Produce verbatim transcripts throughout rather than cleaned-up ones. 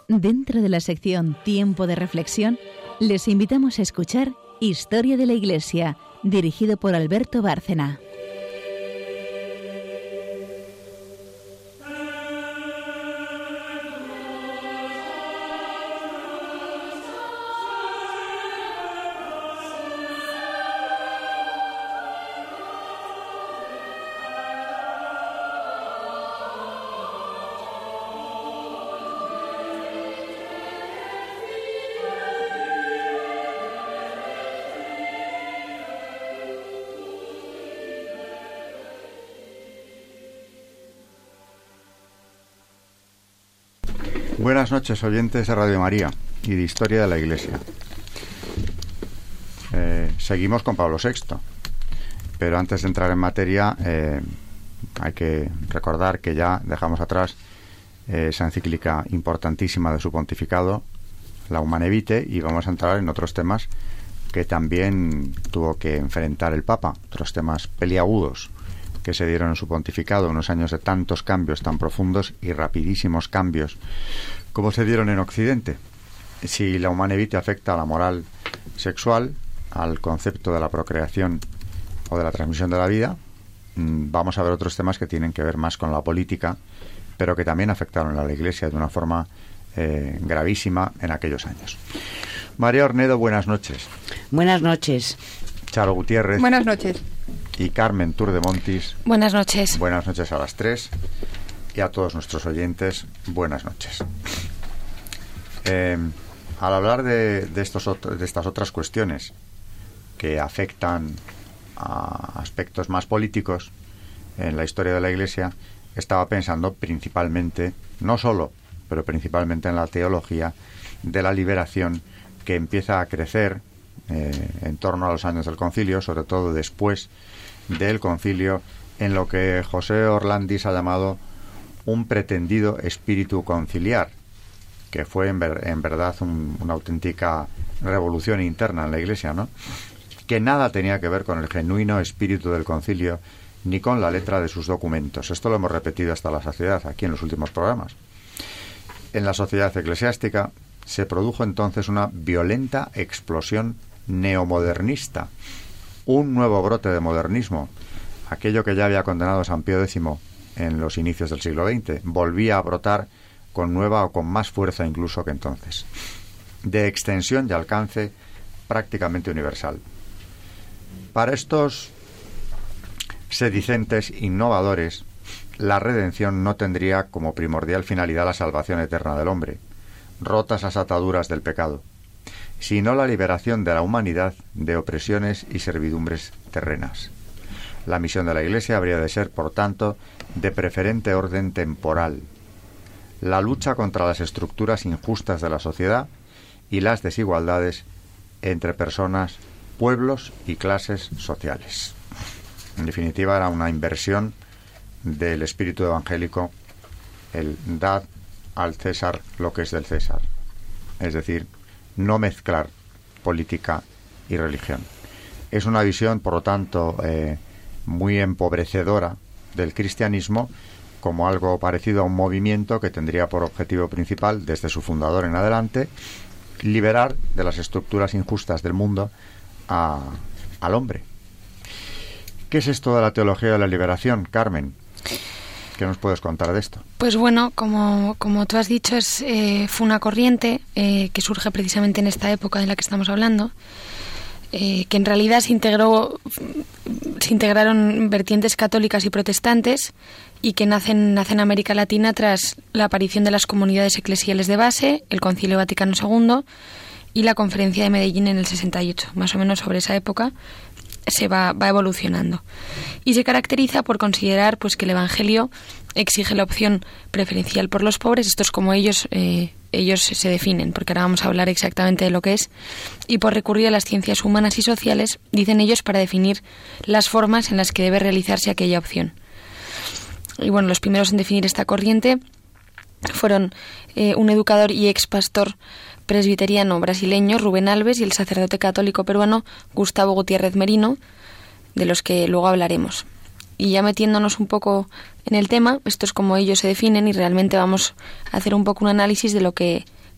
Dentro de la sección Tiempo de Reflexión, les invitamos a escuchar Historia de la Iglesia, dirigido por Alberto Bárcena. Buenas noches, oyentes de Radio María y de Historia de la Iglesia. Eh, seguimos con Pablo sexto, pero antes de entrar en materia eh, hay que recordar que ya dejamos atrás eh, esa encíclica importantísima de su pontificado, la Humanae Vitae, y vamos a entrar en otros temas que también tuvo que enfrentar el Papa, otros temas peliagudos que se dieron en su pontificado, unos años de tantos cambios tan profundos y rapidísimos cambios como se dieron en Occidente. Si la Humanae Vitae afecta a la moral sexual, al concepto de la procreación o de la transmisión de la vida, vamos a ver otros temas que tienen que ver más con la política, pero que también afectaron a la Iglesia de una forma eh, gravísima en aquellos años. María Ornedo, buenas noches. Buenas noches. Charo Gutiérrez. Buenas noches. Y Carmen Turdemontis. Buenas noches. Buenas noches a las tres. Y a todos nuestros oyentes, buenas noches. Eh, al hablar de, de, estos otro, de estas otras cuestiones que afectan a aspectos más políticos en la historia de la Iglesia, estaba pensando principalmente, no solo, pero principalmente en la teología de la liberación que empieza a crecer eh, en torno a los años del Concilio, sobre todo después del Concilio, en lo que José Orlandis ha llamado un pretendido espíritu conciliar, que fue en, ver, en verdad un, una auténtica revolución interna en la Iglesia, ¿no? Que nada tenía que ver con el genuino espíritu del concilio ni con la letra de sus documentos. Esto lo hemos repetido hasta la saciedad aquí en los últimos programas. En la sociedad eclesiástica se produjo entonces una violenta explosión neomodernista, un nuevo brote de modernismo. Aquello que ya había condenado San Pío décimo en los inicios del siglo veinte volvía a brotar con nueva o con más fuerza incluso que entonces, de extensión y alcance prácticamente universal. Para estos sedicentes innovadores, la redención no tendría como primordial finalidad la salvación eterna del hombre, rotas las ataduras del pecado, sino la liberación de la humanidad de opresiones y servidumbres terrenas. La misión de la Iglesia habría de ser, por tanto, de preferente orden temporal. La lucha contra las estructuras injustas de la sociedad y las desigualdades entre personas, pueblos y clases sociales. En definitiva, era una inversión del espíritu evangélico, el dad al César lo que es del César. Es decir, no mezclar política y religión. Es una visión, por lo tanto, eh, muy empobrecedora del cristianismo, como algo parecido a un movimiento que tendría por objetivo principal, desde su fundador en adelante, liberar de las estructuras injustas del mundo a, al hombre. ¿Qué es esto de la teología de la liberación, Carmen? ¿Qué nos puedes contar de esto? Pues bueno, como, como tú has dicho, es, eh, fue una corriente eh, que surge precisamente en esta época de la que estamos hablando, eh, que en realidad se integró, se integraron vertientes católicas y protestantes y que nacen, nace en América Latina tras la aparición de las comunidades eclesiales de base, el Concilio Vaticano segundo y la Conferencia de Medellín en el sesenta y ocho. Más o menos sobre esa época se va, va evolucionando. Y se caracteriza por considerar pues que el Evangelio exige la opción preferencial por los pobres. Esto es como ellos, eh, ellos se definen, porque ahora vamos a hablar exactamente de lo que es, y por recurrir a las ciencias humanas y sociales, dicen ellos, para definir las formas en las que debe realizarse aquella opción. Y bueno, los primeros en definir esta corriente fueron eh, un educador y ex pastor presbiteriano brasileño, Rubén Alves, y el sacerdote católico peruano Gustavo Gutiérrez Merino, de los que luego hablaremos. Y ya metiéndonos un poco en el tema, esto es como ellos se definen, y realmente vamos a hacer un poco un análisis de lo que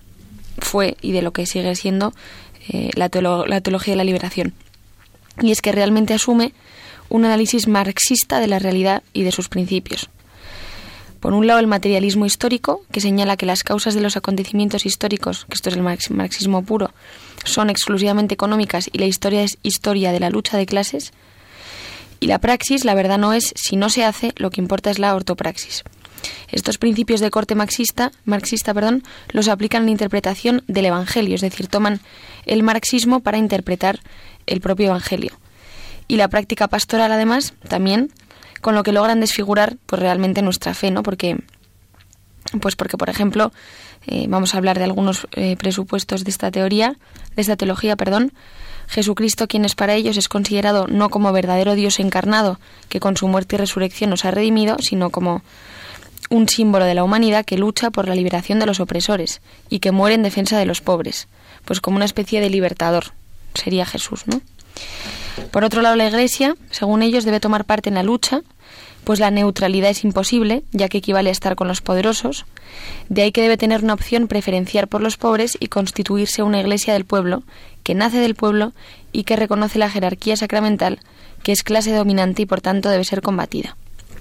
fue y de lo que sigue siendo eh, la, teolo- la teología de la liberación. Y es que realmente asume un análisis marxista de la realidad y de sus principios. Por un lado, el materialismo histórico, que señala que las causas de los acontecimientos históricos, que esto es el marxismo puro, son exclusivamente económicas y la historia es historia de la lucha de clases. Y la praxis, la verdad no es, si no se hace, lo que importa es la ortopraxis. Estos principios de corte marxista, marxista perdón, los aplican en la interpretación del Evangelio, es decir, toman el marxismo para interpretar el propio Evangelio. Y la práctica pastoral, además, también, con lo que logran desfigurar pues realmente nuestra fe, ¿no? Porque, pues porque por ejemplo, eh, vamos a hablar de algunos eh, presupuestos de esta teoría, de esta teología, perdón. Jesucristo, quien es para ellos, es considerado no como verdadero Dios encarnado, que con su muerte y resurrección nos ha redimido, sino como un símbolo de la humanidad que lucha por la liberación de los opresores y que muere en defensa de los pobres, pues como una especie de libertador, sería Jesús, ¿no? Por otro lado, la Iglesia, según ellos, debe tomar parte en la lucha, pues la neutralidad es imposible, ya que equivale a estar con los poderosos. De ahí que debe tener una opción preferencial por los pobres y constituirse una Iglesia del pueblo, que nace del pueblo y que reconoce la jerarquía sacramental, que es clase dominante y por tanto debe ser combatida.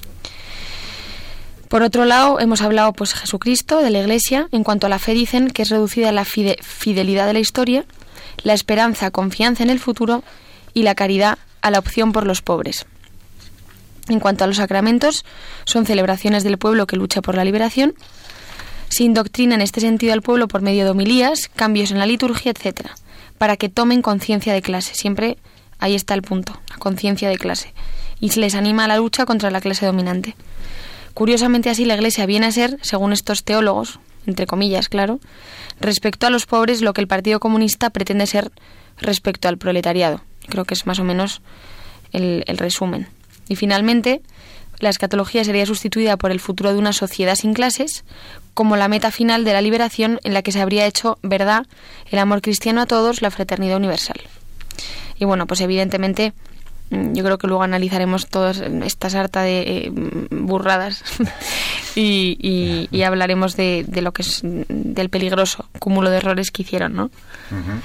Por otro lado, hemos hablado pues Jesucristo, de la Iglesia. En cuanto a la fe, dicen que es reducida a la fide- fidelidad de la historia, la esperanza, confianza en el futuro y la caridad a la opción por los pobres. En cuanto a los sacramentos, son celebraciones del pueblo que lucha por la liberación. Se indoctrina en este sentido al pueblo por medio de homilías, cambios en la liturgia, etcétera, para que tomen conciencia de clase. Siempre ahí está el punto, la conciencia de clase. Y se les anima a la lucha contra la clase dominante. Curiosamente así la Iglesia viene a ser, según estos teólogos, entre comillas, claro, respecto a los pobres lo que el Partido Comunista pretende ser respecto al proletariado. Creo que es más o menos el, el resumen. Y finalmente, la escatología sería sustituida por el futuro de una sociedad sin clases como la meta final de la liberación en la que se habría hecho verdad el amor cristiano a todos, la fraternidad universal. Y bueno, pues evidentemente yo creo que luego analizaremos toda esta sarta de eh, burradas y, y, y hablaremos de, de lo que es del peligroso cúmulo de errores que hicieron, ¿no? Uh-huh.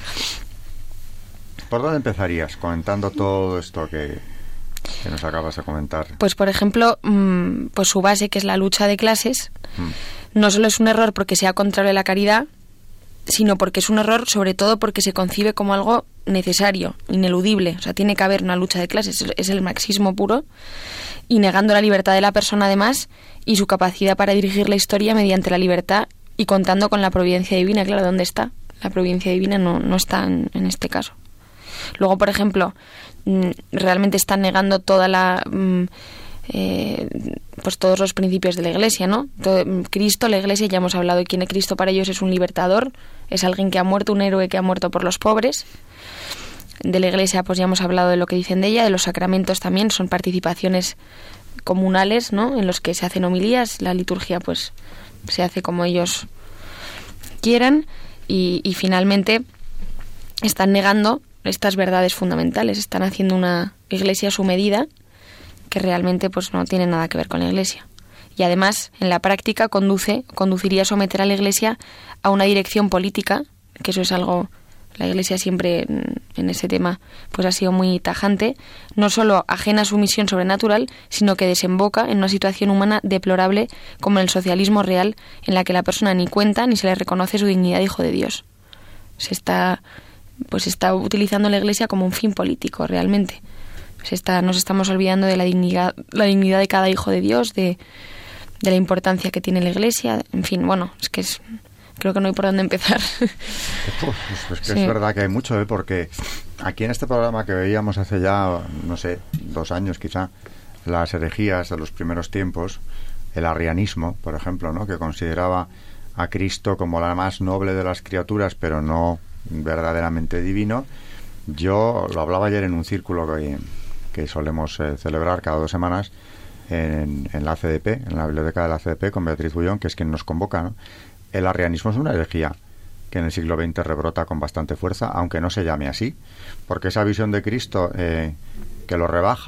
¿Por dónde empezarías comentando todo esto que, que nos acabas de comentar? Pues, por ejemplo, mmm, pues su base, que es la lucha de clases, mm. no solo es un error porque sea contrario a la caridad, sino porque es un error sobre todo porque se concibe como algo necesario, ineludible. O sea, tiene que haber una lucha de clases. Es el marxismo puro y negando la libertad de la persona, además, y su capacidad para dirigir la historia mediante la libertad y contando con la providencia divina. Claro, ¿dónde está? La providencia divina no, no está en, en este caso. Luego, por ejemplo, realmente están negando toda la eh, pues todos los principios de la Iglesia, ¿no? Todo, Cristo, la Iglesia, ya hemos hablado de quién es Cristo para ellos, es un libertador, es alguien que ha muerto, un héroe que ha muerto por los pobres. De la Iglesia, pues ya hemos hablado de lo que dicen de ella. De los sacramentos también son participaciones comunales, ¿no? En los que se hacen homilías, la liturgia pues se hace como ellos quieran y, y finalmente están negando estas verdades fundamentales, están haciendo una Iglesia a su medida que realmente pues no tiene nada que ver con la Iglesia. Y además, en la práctica conduce, conduciría a someter a la Iglesia a una dirección política, que eso es algo, la Iglesia siempre en ese tema pues ha sido muy tajante, no solo ajena a su misión sobrenatural, sino que desemboca en una situación humana deplorable como el socialismo real, en la que la persona ni cuenta ni se le reconoce su dignidad de hijo de Dios. Se está pues está utilizando la Iglesia como un fin político realmente. Se está, nos estamos olvidando de la dignidad, la dignidad de cada hijo de Dios, de, de la importancia que tiene la Iglesia, en fin, bueno, es que es, creo que no hay por dónde empezar. Uf, pues que sí. Es verdad que hay mucho, ¿eh? Porque aquí en este programa que veíamos hace ya, no sé, dos años quizá, las herejías de los primeros tiempos, el arrianismo, por ejemplo, ¿no? Que consideraba a Cristo como la más noble de las criaturas, pero no verdaderamente divino. Yo lo hablaba ayer en un círculo que, que solemos eh, celebrar cada dos semanas en, en la A C D P, en la biblioteca de la A C D P, con Beatriz Bullón, que es quien nos convoca, ¿no? El arrianismo es una herejía que en el siglo veinte rebrota con bastante fuerza, aunque no se llame así, porque esa visión de Cristo eh, que lo rebaja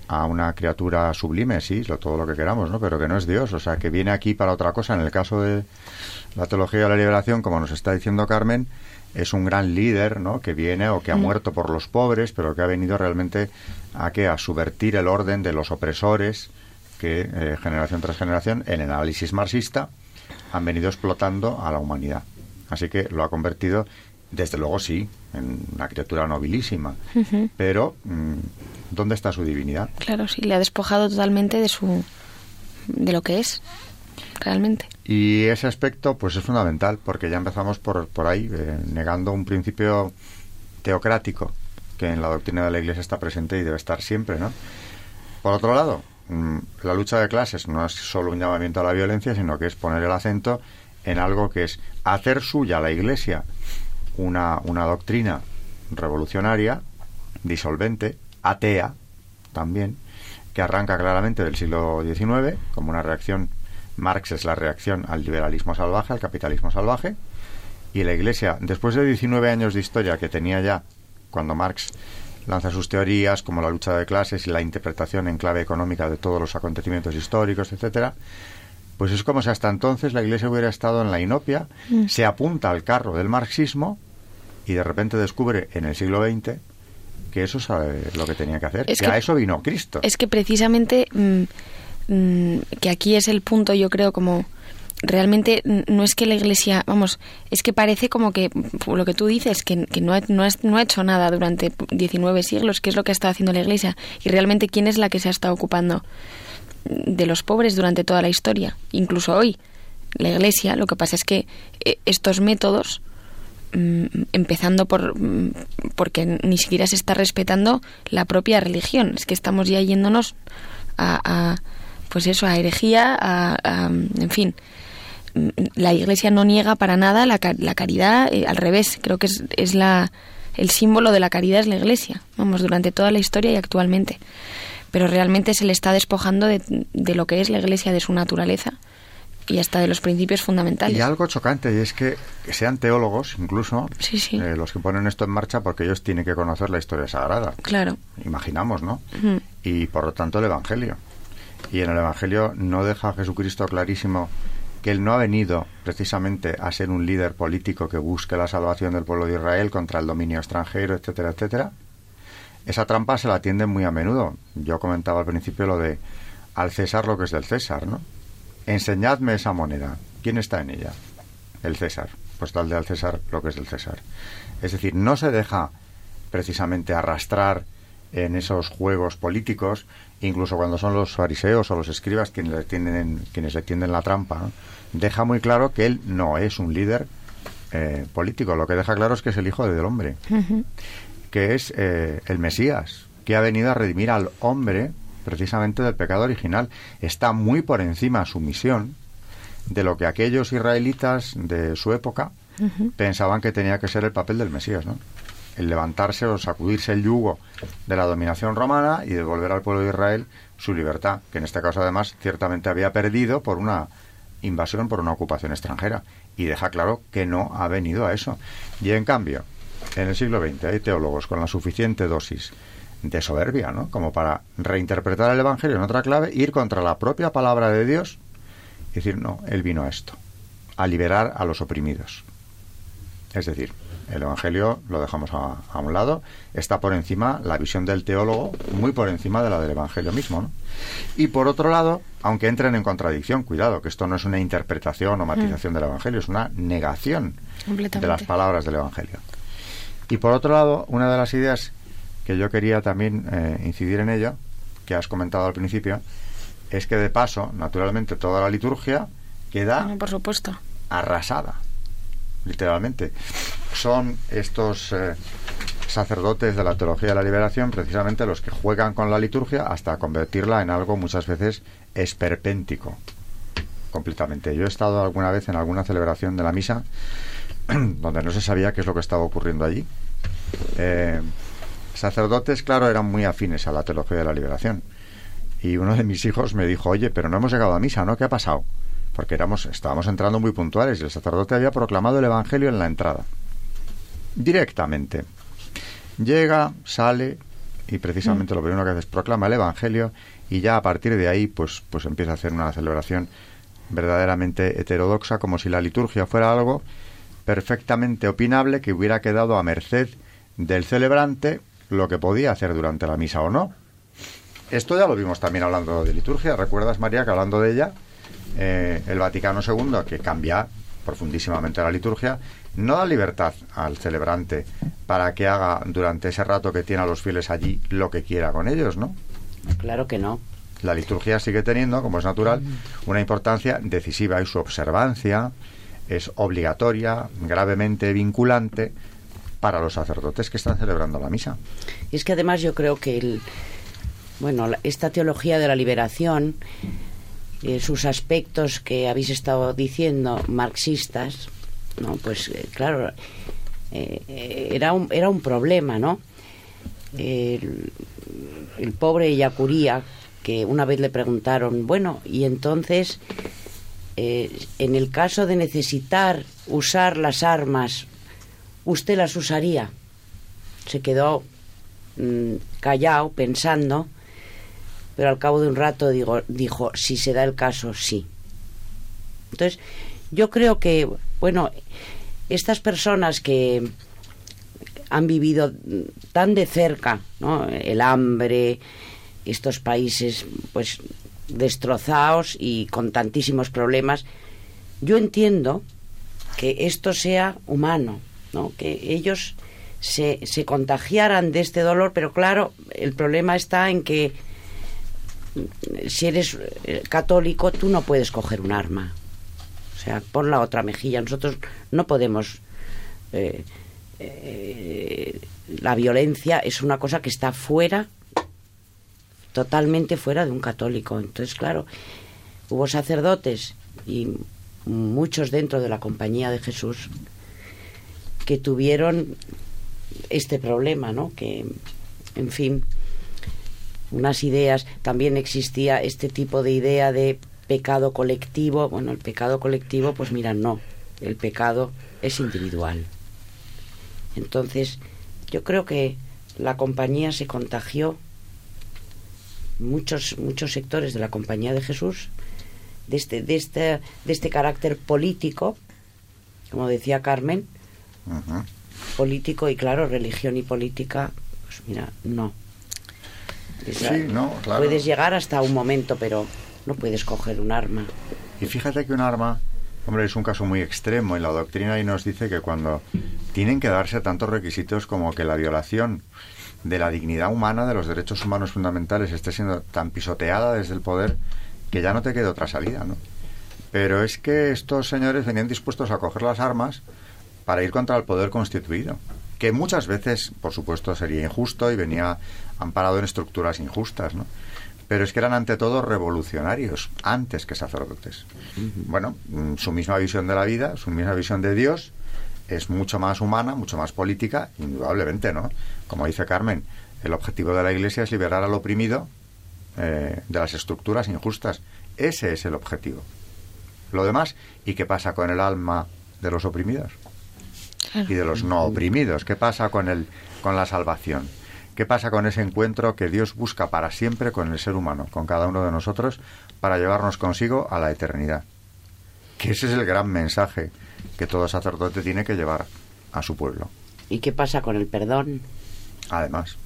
a una criatura sublime, sí, lo, todo lo que queramos, ¿no? Pero que no es Dios, o sea, que viene aquí para otra cosa. En el caso de la teología de la liberación, como nos está diciendo Carmen, es un gran líder, ¿no? Que viene o que ha muerto por los pobres, pero que ha venido realmente a que a subvertir el orden de los opresores que eh, generación tras generación, en el análisis marxista, han venido explotando a la humanidad. Así que lo ha convertido, desde luego sí, en una criatura nobilísima, uh-huh. pero mmm, ¿dónde está su divinidad? Claro, sí, le ha despojado totalmente de su de lo que es realmente. Y ese aspecto pues es fundamental, porque ya empezamos por, por ahí, eh, negando un principio teocrático que en la doctrina de la Iglesia está presente y debe estar siempre, ¿no? Por otro lado, mmm, la lucha de clases no es solo un llamamiento a la violencia, sino que es poner el acento en algo que es hacer suya la Iglesia una, una doctrina revolucionaria, disolvente, atea también, que arranca claramente del siglo diecinueve como una reacción. Marx es la reacción al liberalismo salvaje, al capitalismo salvaje, y la Iglesia, después de diecinueve años de historia que tenía ya cuando Marx lanza sus teorías, como la lucha de clases y la interpretación en clave económica de todos los acontecimientos históricos, etcétera, pues es como si hasta entonces la Iglesia hubiera estado en la inopia, mm. se apunta al carro del marxismo y de repente descubre en el siglo veinte que eso es lo que tenía que hacer, es que, que a eso vino Cristo. Es que precisamente mmm, mmm, que aquí es el punto, yo creo, como realmente no es que la Iglesia, vamos, es que parece como que lo que tú dices, que, que no, ha, no, ha, no ha hecho nada durante diecinueve siglos, que es lo que ha estado haciendo la Iglesia, y realmente quién es la que se ha estado ocupando de los pobres durante toda la historia, incluso hoy. La Iglesia, lo que pasa es que estos métodos, mmm, empezando por mmm, porque ni siquiera se está respetando la propia religión, es que estamos ya yéndonos a, a pues eso, a herejía, a, a, en fin. La Iglesia no niega para nada la, la caridad, eh, al revés, creo que es, es la el símbolo de la caridad es la Iglesia, vamos, durante toda la historia y actualmente. Pero realmente se le está despojando de, de lo que es la Iglesia, de su naturaleza y hasta de los principios fundamentales. Y algo chocante, y es que sean teólogos, incluso, sí, sí. Eh, los que ponen esto en marcha, porque ellos tienen que conocer la historia sagrada. Claro. Imaginamos, ¿no? Uh-huh. Y por lo tanto el Evangelio. Y en el Evangelio no deja Jesucristo clarísimo que Él no ha venido precisamente a ser un líder político que busque la salvación del pueblo de Israel contra el dominio extranjero, etcétera, etcétera. Esa trampa se la tienden muy a menudo. Yo comentaba al principio lo de al César lo que es del César, ¿no? Enseñadme esa moneda. ¿Quién está en ella? El César. Pues dale al César lo que es del César. Es decir, no se deja precisamente arrastrar en esos juegos políticos, incluso cuando son los fariseos o los escribas quienes le tienden, quienes le tienden la trampa, ¿no? Deja muy claro que él no es un líder eh, político. Lo que deja claro es que es el Hijo del Hombre. Uh-huh. Que es eh, el Mesías, que ha venido a redimir al hombre precisamente del pecado original. Está muy por encima su misión de lo que aquellos israelitas de su época uh-huh. pensaban que tenía que ser el papel del Mesías, ¿no? El levantarse o sacudirse el yugo de la dominación romana y devolver al pueblo de Israel su libertad, que en este caso además ciertamente había perdido por una invasión, por una ocupación extranjera. Y deja claro que no ha venido a eso. Y en cambio, en el siglo veinte hay teólogos con la suficiente dosis de soberbia, ¿no? Como para reinterpretar el Evangelio en otra clave, ir contra la propia palabra de Dios y decir, no, Él vino a esto, a liberar a los oprimidos. Es decir, el Evangelio lo dejamos a, a un lado, está por encima la visión del teólogo, muy por encima de la del Evangelio mismo, ¿no? Y por otro lado, aunque entren en contradicción, cuidado, que esto no es una interpretación o matización mm. del Evangelio, es una negación de las palabras del Evangelio. Y por otro lado, una de las ideas que yo quería también eh, incidir en ello, que has comentado al principio, es que de paso, naturalmente, toda la liturgia queda bueno, por supuesto. arrasada, literalmente. Son estos eh, sacerdotes de la teología de la liberación precisamente los que juegan con la liturgia hasta convertirla en algo muchas veces esperpéntico, completamente. Yo he estado alguna vez en alguna celebración de la misa donde no se sabía qué es lo que estaba ocurriendo allí. Eh, sacerdotes, claro, eran muy afines a la teología de la liberación. Y uno de mis hijos me dijo, oye, pero no hemos llegado a misa, ¿no? ¿Qué ha pasado? Porque éramos, estábamos entrando muy puntuales y el sacerdote había proclamado el Evangelio en la entrada. Directamente. Llega, sale, y precisamente mm. lo primero que hace es proclama el Evangelio, y ya a partir de ahí pues, pues empieza a hacer una celebración verdaderamente heterodoxa, como si la liturgia fuera algo perfectamente opinable que hubiera quedado a merced del celebrante, lo que podía hacer durante la misa o no. Esto ya lo vimos también hablando de liturgia. ¿Recuerdas, María, que hablando de ella, eh, el Vaticano segundo, que cambia profundísimamente la liturgia, no da libertad al celebrante para que haga durante ese rato que tiene a los fieles allí lo que quiera con ellos, ¿no? Claro que no. La liturgia sigue teniendo, como es natural, una importancia decisiva, y su observancia es obligatoria, gravemente vinculante para los sacerdotes que están celebrando la misa. Y es que además yo creo que el, bueno, esta teología de la liberación, eh, sus aspectos que habéis estado diciendo marxistas, no, pues eh, claro, eh, era un era un problema, ¿no? El, el pobre Yacuría, que una vez le preguntaron, bueno, y entonces, eh, en el caso de necesitar usar las armas, ¿usted las usaría? Se quedó mmm, callado, pensando, pero al cabo de un rato digo, dijo, si se da el caso, sí. Entonces, yo creo que, bueno, estas personas que han vivido tan de cerca, ¿no?, el hambre, estos países pues destrozados y con tantísimos problemas, yo entiendo que esto sea humano, ¿no?, que ellos se, se contagiaran de este dolor, pero claro, el problema está en que si eres católico tú no puedes coger un arma, o sea, pon la otra mejilla. Nosotros no podemos eh, eh, la violencia es una cosa que está fuera, totalmente fuera de un católico. Entonces, claro, hubo sacerdotes y muchos dentro de la Compañía de Jesús que tuvieron este problema, ¿no? Que, en fin, unas ideas, también existía este tipo de idea de pecado colectivo. Bueno, el pecado colectivo, pues mira, no, el pecado es individual. Entonces, yo creo que la Compañía se contagió, muchos muchos sectores de la Compañía de Jesús, de este de este de este carácter político, como decía Carmen, uh-huh. político, y claro, religión y política, pues mira, no. Esa, sí, no, claro. Puedes llegar hasta un momento, pero no puedes coger un arma. Y fíjate que un arma, hombre, es un caso muy extremo, y la doctrina ahí nos dice que cuando tienen que darse tantos requisitos como que la violación de la dignidad humana, de los derechos humanos fundamentales, esté siendo tan pisoteada desde el poder, que ya no te queda otra salida, ¿no? Pero es que estos señores venían dispuestos a coger las armas para ir contra el poder constituido, que muchas veces, por supuesto, sería injusto y venía amparado en estructuras injustas, ¿no? Pero es que eran ante todo revolucionarios, antes que sacerdotes. Bueno, su misma visión de la vida, su misma visión de Dios, es mucho más humana, mucho más política, indudablemente, ¿no? Como dice Carmen, el objetivo de la Iglesia es liberar al oprimido eh, de las estructuras injustas. Ese es el objetivo. Lo demás, ¿y qué pasa con el alma de los oprimidos? Y de los no oprimidos. ¿Qué pasa con el, con la salvación? ¿Qué pasa con ese encuentro que Dios busca para siempre con el ser humano, con cada uno de nosotros, para llevarnos consigo a la eternidad? Que ese es el gran mensaje que todo sacerdote tiene que llevar a su pueblo. ¿Y qué pasa con el perdón? Además,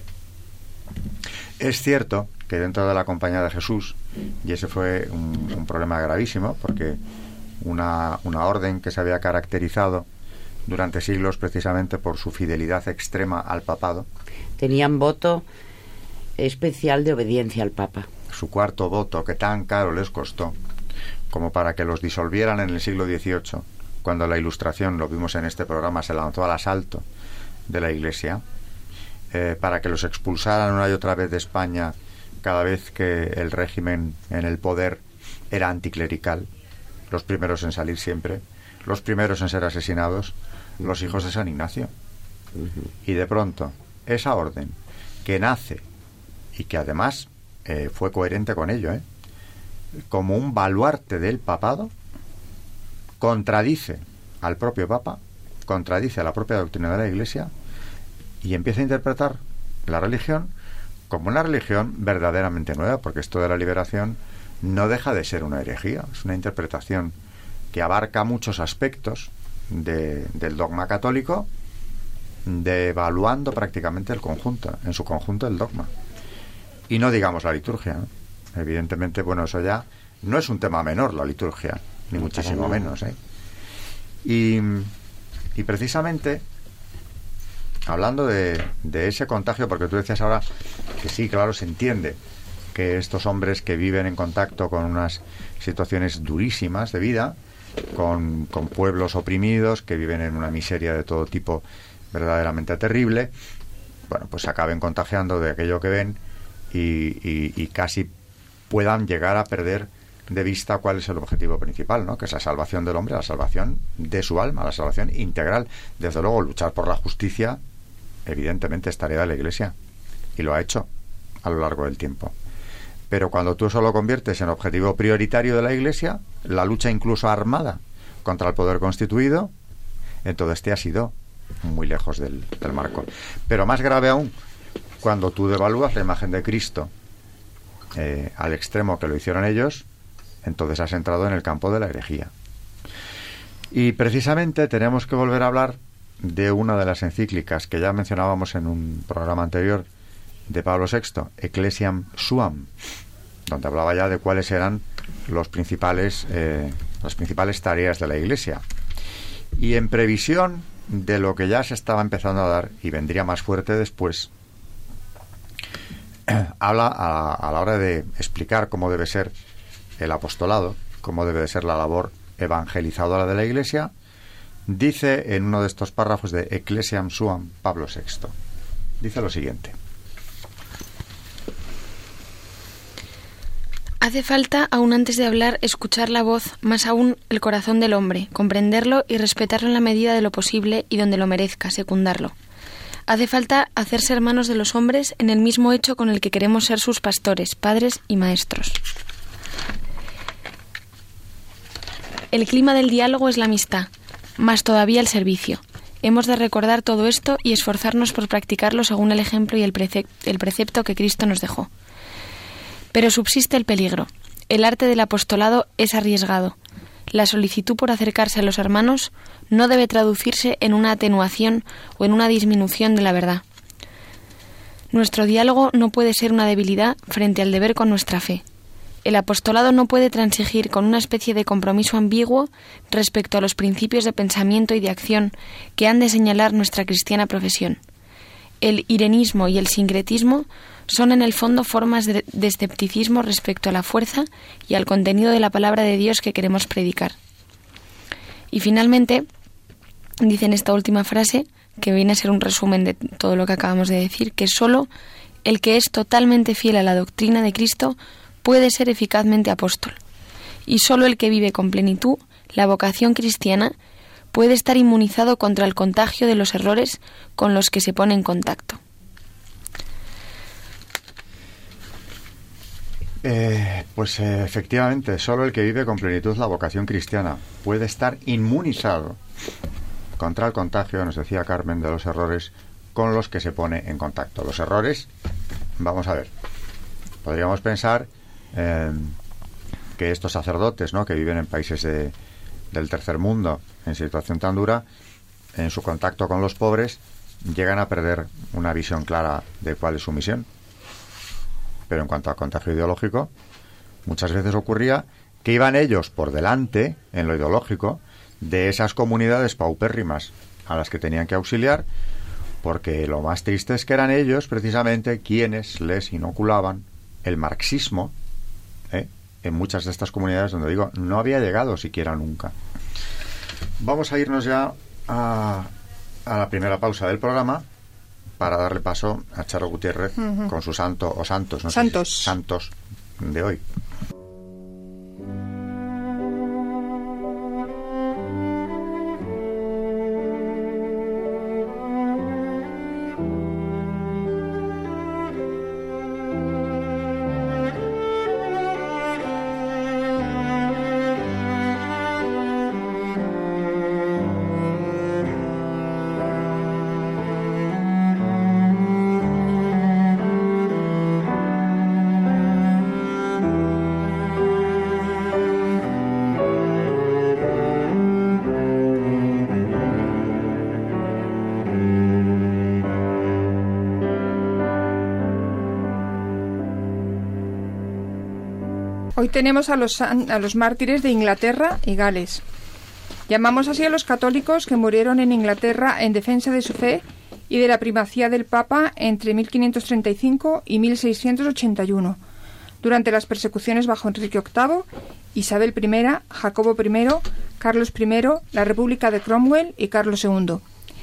es cierto que dentro de la Compañía de Jesús, y ese fue un, un problema gravísimo, porque una, una orden que se había caracterizado durante siglos precisamente por su fidelidad extrema al papado. Tenían voto especial de obediencia al Papa. Su cuarto voto, que tan caro les costó como para que los disolvieran en el siglo dieciocho, cuando la Ilustración, lo vimos en este programa, se lanzó al asalto de la Iglesia, eh, para que los expulsaran una y otra vez de España cada vez que el régimen en el poder era anticlerical, los primeros en salir siempre, los primeros en ser asesinados, los hijos de San Ignacio. Y de pronto, esa orden que nace y que además eh, fue coherente con ello, ¿eh? como un baluarte del papado, contradice al propio Papa, contradice a la propia doctrina de la Iglesia, y empieza a interpretar la religión como una religión verdaderamente nueva, porque esto de la liberación no deja de ser una herejía, es una interpretación que abarca muchos aspectos de, del dogma católico, devaluando prácticamente el conjunto, en su conjunto el dogma. Y no digamos la liturgia, ¿no? Evidentemente, bueno, eso ya no es un tema menor, la liturgia, ni muchísimo menos, ¿eh? Y, y precisamente, hablando de, de ese contagio, porque tú decías ahora que sí, claro, se entiende que estos hombres que viven en contacto con unas situaciones durísimas de vida, con, con pueblos oprimidos, que viven en una miseria de todo tipo verdaderamente terrible, bueno, pues se acaben contagiando de aquello que ven y, y, y casi puedan llegar a perder de vista cuál es el objetivo principal, ¿no? Que es la salvación del hombre, la salvación de su alma, la salvación integral. Desde luego, luchar por la justicia, evidentemente, es tarea de la Iglesia, y lo ha hecho a lo largo del tiempo. Pero cuando tú eso lo conviertes en objetivo prioritario de la Iglesia, la lucha incluso armada contra el poder constituido, entonces te has ido muy lejos del, del marco. Pero más grave aún, cuando tú devalúas la imagen de Cristo eh, al extremo que lo hicieron ellos, entonces has entrado en el campo de la herejía. Y precisamente tenemos que volver a hablar de una de las encíclicas que ya mencionábamos en un programa anterior de Pablo sexto, Ecclesiam Suam, donde hablaba ya de cuáles eran los principales, eh, las principales tareas de la Iglesia. Y en previsión de lo que ya se estaba empezando a dar y vendría más fuerte después, habla a, a la hora de explicar cómo debe ser el apostolado, cómo debe de ser la labor evangelizadora de la Iglesia. Dice en uno de estos párrafos de Ecclesiam Suam, Pablo sexto, dice lo siguiente: hace falta, aún antes de hablar, escuchar la voz, más aún el corazón del hombre, comprenderlo y respetarlo en la medida de lo posible y donde lo merezca, secundarlo. Hace falta hacerse hermanos de los hombres en el mismo hecho con el que queremos ser sus pastores, padres y maestros. El clima del diálogo es la amistad, más todavía el servicio. Hemos de recordar todo esto y esforzarnos por practicarlo según el ejemplo y el prece- el precepto que Cristo nos dejó. Pero subsiste el peligro. El arte del apostolado es arriesgado. La solicitud por acercarse a los hermanos no debe traducirse en una atenuación o en una disminución de la verdad. Nuestro diálogo no puede ser una debilidad frente al deber con nuestra fe. El apostolado no puede transigir con una especie de compromiso ambiguo respecto a los principios de pensamiento y de acción que han de señalar nuestra cristiana profesión. El irenismo y el sincretismo son en el fondo formas de, de escepticismo respecto a la fuerza y al contenido de la palabra de Dios que queremos predicar. Y finalmente, dice en esta última frase, que viene a ser un resumen de todo lo que acabamos de decir, que solo el que es totalmente fiel a la doctrina de Cristo puede ser eficazmente apóstol, y solo el que vive con plenitud la vocación cristiana puede estar inmunizado contra el contagio de los errores con los que se pone en contacto. Eh, pues eh, efectivamente, solo el que vive con plenitud la vocación cristiana puede estar inmunizado contra el contagio, nos decía Carmen, de los errores con los que se pone en contacto. Los errores, vamos a ver, podríamos pensar eh, que estos sacerdotes, ¿no?, que viven en países de, del tercer mundo, en situación tan dura, en su contacto con los pobres, llegan a perder una visión clara de cuál es su misión. Pero en cuanto al contagio ideológico, muchas veces ocurría que iban ellos por delante, en lo ideológico, de esas comunidades paupérrimas a las que tenían que auxiliar, porque lo más triste es que eran ellos, precisamente, quienes les inoculaban el marxismo, ¿eh?, en muchas de estas comunidades donde, digo, no había llegado siquiera nunca. Vamos a irnos ya a, a la primera pausa del programa, para darle paso a Charo Gutiérrez, uh-huh, con su santo o santos, no santos. sé si, santos de hoy. Hoy tenemos a los, a los mártires de Inglaterra y Gales. Llamamos así a los católicos que murieron en Inglaterra en defensa de su fe y de la primacía del Papa entre mil quinientos treinta y cinco y mil seiscientos ochenta y uno, durante las persecuciones bajo Enrique octavo, Isabel primera, Jacobo primero, Carlos primero, la República de Cromwell y Carlos segundo.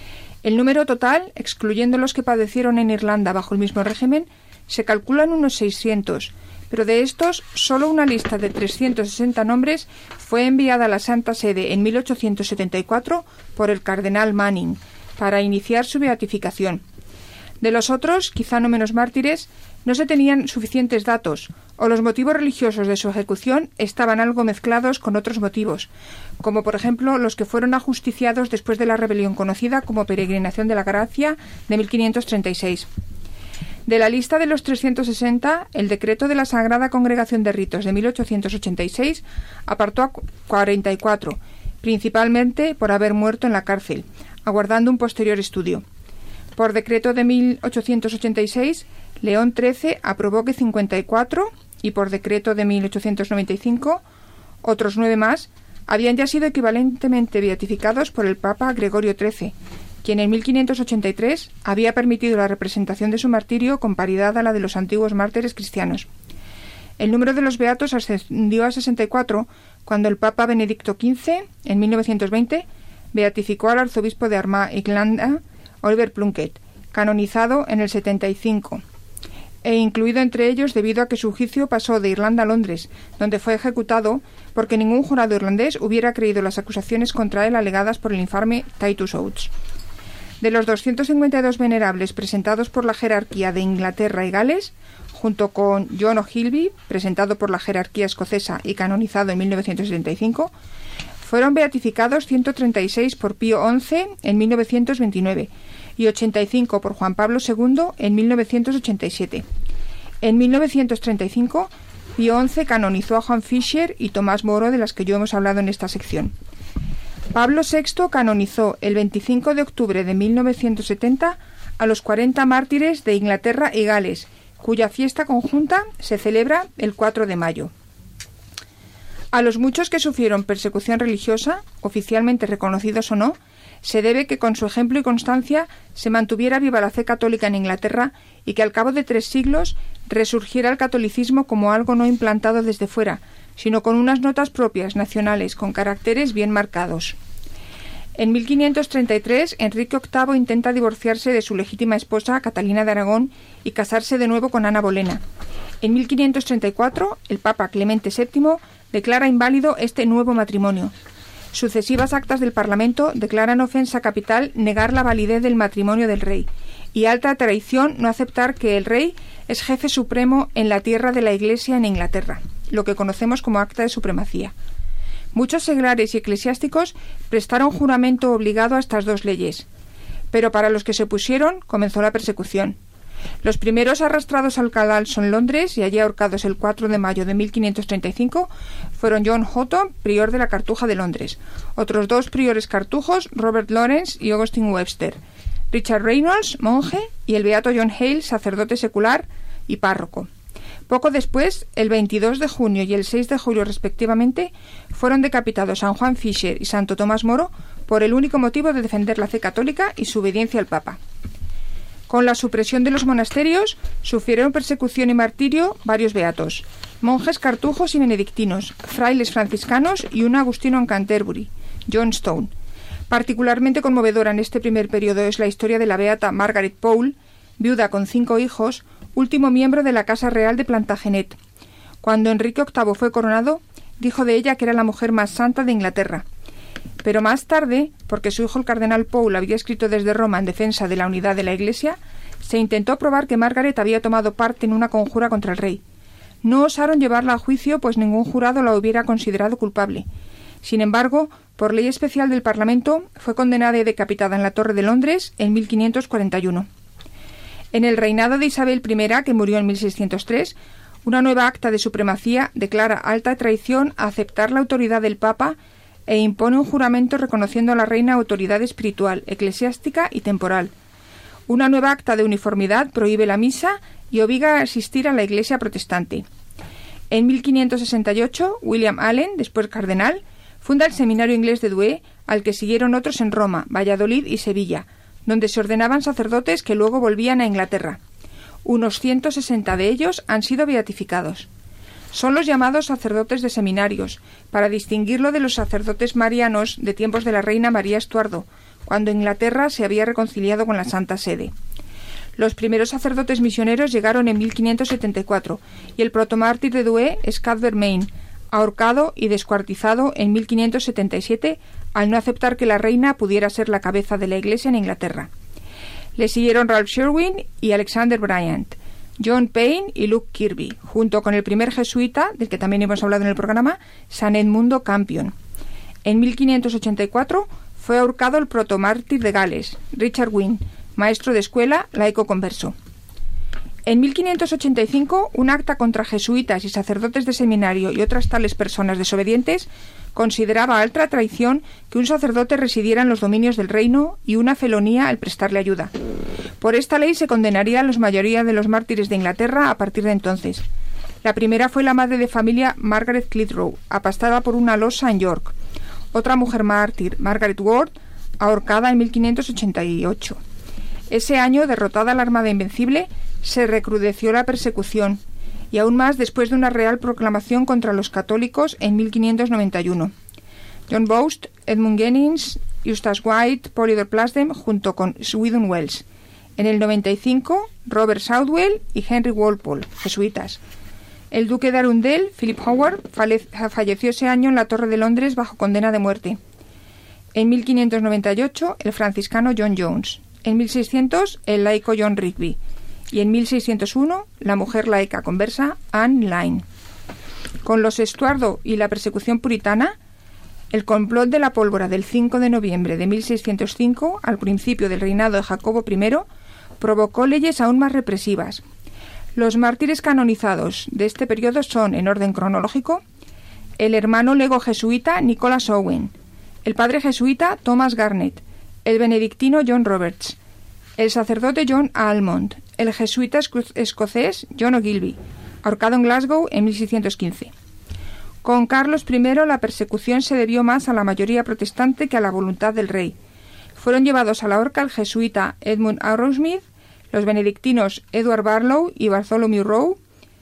El número total, excluyendo los que padecieron en Irlanda bajo el mismo régimen, se calculan unos seiscientos, pero de estos, solo una lista de trescientos sesenta nombres fue enviada a la Santa Sede en mil ochocientos setenta y cuatro por el cardenal Manning, para iniciar su beatificación. De los otros, quizá no menos mártires, no se tenían suficientes datos, o los motivos religiosos de su ejecución estaban algo mezclados con otros motivos, como por ejemplo los que fueron ajusticiados después de la rebelión conocida como Peregrinación de la Gracia de mil quinientos treinta y seis. De la lista de los trescientos sesenta, el decreto de la Sagrada Congregación de Ritos de mil ochocientos ochenta y seis apartó a cuarenta y cuatro, principalmente por haber muerto en la cárcel, aguardando un posterior estudio. Por decreto de mil ochocientos ochenta y seis, León trece aprobó que cincuenta y cuatro, y por decreto de mil ochocientos noventa y cinco, otros nueve más, habían ya sido equivalentemente beatificados por el Papa Gregorio trece, quien en mil quinientos ochenta y tres había permitido la representación de su martirio con paridad a la de los antiguos mártires cristianos. El número de los beatos ascendió a sesenta y cuatro cuando el Papa Benedicto quince, en mil novecientos veinte, beatificó al arzobispo de Armagh, Irlanda, Oliver Plunkett, canonizado en el setenta y cinco, e incluido entre ellos debido a que su juicio pasó de Irlanda a Londres, donde fue ejecutado porque ningún jurado irlandés hubiera creído las acusaciones contra él alegadas por el infame Titus Oates. De los doscientos cincuenta y dos venerables presentados por la jerarquía de Inglaterra y Gales, junto con John O'Hilby, presentado por la jerarquía escocesa y canonizado en mil novecientos setenta y cinco, fueron beatificados ciento treinta y seis por Pío once en mil novecientos veintinueve y ochenta y cinco por Juan Pablo segundo en mil novecientos ochenta y siete. En mil novecientos treinta y cinco, Pío once canonizó a Juan Fisher y Tomás Moro, de las que yo hemos hablado en esta sección. Pablo sexto canonizó el veinticinco de octubre de mil novecientos setenta a los cuarenta mártires de Inglaterra y Gales, cuya fiesta conjunta se celebra el cuatro de mayo. A los muchos que sufrieron persecución religiosa, oficialmente reconocidos o no, se debe que con su ejemplo y constancia se mantuviera viva la fe católica en Inglaterra y que al cabo de tres siglos resurgiera el catolicismo como algo no implantado desde fuera, sino con unas notas propias, nacionales, con caracteres bien marcados. En mil quinientos treinta y tres, Enrique octavo intenta divorciarse de su legítima esposa, Catalina de Aragón, y casarse de nuevo con Ana Bolena. En mil quinientos treinta y cuatro, el Papa Clemente séptimo declara inválido este nuevo matrimonio. Sucesivas actas del Parlamento declaran ofensa capital negar la validez del matrimonio del rey y alta traición no aceptar que el rey es jefe supremo en la tierra de la Iglesia en Inglaterra, lo que conocemos como acta de supremacía. Muchos seglares y eclesiásticos prestaron juramento obligado a estas dos leyes, pero para los que se opusieron comenzó la persecución. Los primeros arrastrados al cadalso en Londres y allí ahorcados el cuatro de mayo de mil quinientos treinta y cinco fueron John Houghton, prior de la Cartuja de Londres, otros dos priores cartujos, Robert Lawrence y Augustine Webster, Richard Reynolds, monje, y el beato John Hale, sacerdote secular y párroco. Poco después, el veintidós de junio y el seis de julio respectivamente, fueron decapitados San Juan Fisher y Santo Tomás Moro por el único motivo de defender la fe católica y su obediencia al Papa. Con la supresión de los monasterios, sufrieron persecución y martirio varios beatos, monjes cartujos y benedictinos, frailes franciscanos y un agustino en Canterbury, John Stone. Particularmente conmovedora en este primer periodo es la historia de la beata Margaret Pole, viuda con cinco hijos, último miembro de la Casa Real de Plantagenet. Cuando Enrique octavo fue coronado, dijo de ella que era la mujer más santa de Inglaterra. Pero más tarde, porque su hijo el cardenal Pole había escrito desde Roma en defensa de la unidad de la Iglesia, se intentó probar que Margaret había tomado parte en una conjura contra el rey. No osaron llevarla a juicio, pues ningún jurado la hubiera considerado culpable. Sin embargo, por ley especial del Parlamento, fue condenada y decapitada en la Torre de Londres en mil quinientos cuarenta y uno. En el reinado de Isabel primera, que murió en mil seiscientos tres, una nueva acta de supremacía declara alta traición a aceptar la autoridad del Papa e impone un juramento reconociendo a la reina autoridad espiritual, eclesiástica y temporal. Una nueva acta de uniformidad prohíbe la misa y obliga a asistir a la Iglesia protestante. En mil quinientos sesenta y ocho, William Allen, después cardenal, funda el Seminario Inglés de Douai, al que siguieron otros en Roma, Valladolid y Sevilla, donde se ordenaban sacerdotes que luego volvían a Inglaterra. Unos ciento sesenta de ellos han sido beatificados. Son los llamados sacerdotes de seminarios, para distinguirlo de los sacerdotes marianos de tiempos de la reina María Estuardo, cuando Inglaterra se había reconciliado con la Santa Sede. Los primeros sacerdotes misioneros llegaron en mil quinientos setenta y cuatro, y el protomártir de Douai es Cuthbert Maine, ahorcado y descuartizado en mil quinientos setenta y siete al no aceptar que la reina pudiera ser la cabeza de la Iglesia en Inglaterra. Le siguieron Ralph Sherwin y Alexander Bryant, John Payne y Luke Kirby, junto con el primer jesuita, del que también hemos hablado en el programa, San Edmundo Campion. En mil quinientos ochenta y cuatro fue ahorcado el protomártir de Gales, Richard Wynne, maestro de escuela, laico converso. En mil quinientos ochenta y cinco, un acta contra jesuitas y sacerdotes de seminario y otras tales personas desobedientes consideraba alta traición que un sacerdote residiera en los dominios del reino y una felonía al prestarle ayuda. Por esta ley se condenaría a la mayoría de los mártires de Inglaterra a partir de entonces. La primera fue la madre de familia Margaret Clitheroe, aplastada por una losa en York. Otra mujer mártir, Margaret Ward, ahorcada en mil quinientos ochenta y ocho. Ese año, derrotada la Armada Invencible, se recrudeció la persecución, y aún más después de una real proclamación contra los católicos en mil quinientos noventa y uno. John Boast, Edmund Jennings, Eustace White, Polydore Plasden, junto con Swindon Wells. En el noventa y cinco, Robert Southwell y Henry Walpole, jesuitas. El duque de Arundel, Philip Howard, falleció ese año en la Torre de Londres bajo condena de muerte. En mil quinientos noventa y ocho, el franciscano John Jones. En mil seiscientos, el laico John Rigby. Y en mil seiscientos uno, la mujer laica conversa Anne Lyne. Con los Estuardo y la persecución puritana, el complot de la pólvora del cinco de noviembre de mil seiscientos cinco, al principio del reinado de Jacobo primero, provocó leyes aún más represivas. Los mártires canonizados de este periodo son, en orden cronológico, el hermano lego jesuita Nicholas Owen, el padre jesuita Thomas Garnet, el benedictino John Roberts, el sacerdote John Almond, el jesuita escocés John Ogilvy, ahorcado en Glasgow en mil seiscientos quince. Con Carlos primero la persecución se debió más a la mayoría protestante que a la voluntad del rey. Fueron llevados a la horca el jesuita Edmund Arrowsmith, los benedictinos Edward Barlow y Bartholomew Rowe,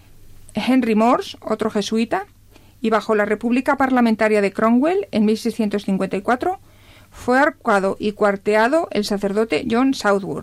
Henry Morse, otro jesuita, y bajo la República Parlamentaria de Cromwell en mil seiscientos cincuenta y cuatro fue ahorcado y cuarteado el sacerdote John Southworth.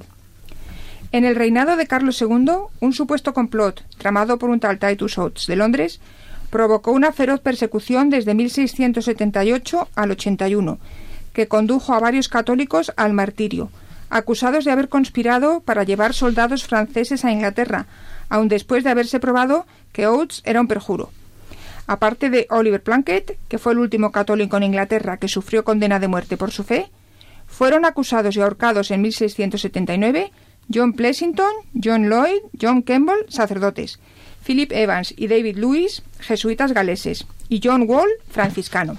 En el reinado de Carlos segundo, un supuesto complot tramado por un tal Titus Oates de Londres provocó una feroz persecución desde mil seiscientos setenta y ocho al ochenta y uno, que condujo a varios católicos al martirio, acusados de haber conspirado para llevar soldados franceses a Inglaterra, aun después de haberse probado que Oates era un perjuro. Aparte de Oliver Plunkett, que fue el último católico en Inglaterra que sufrió condena de muerte por su fe, fueron acusados y ahorcados en mil seiscientos setenta y nueve John Pleasington, John Lloyd, John Campbell, sacerdotes, Philip Evans y David Lewis, jesuitas galeses, y John Wall, franciscano.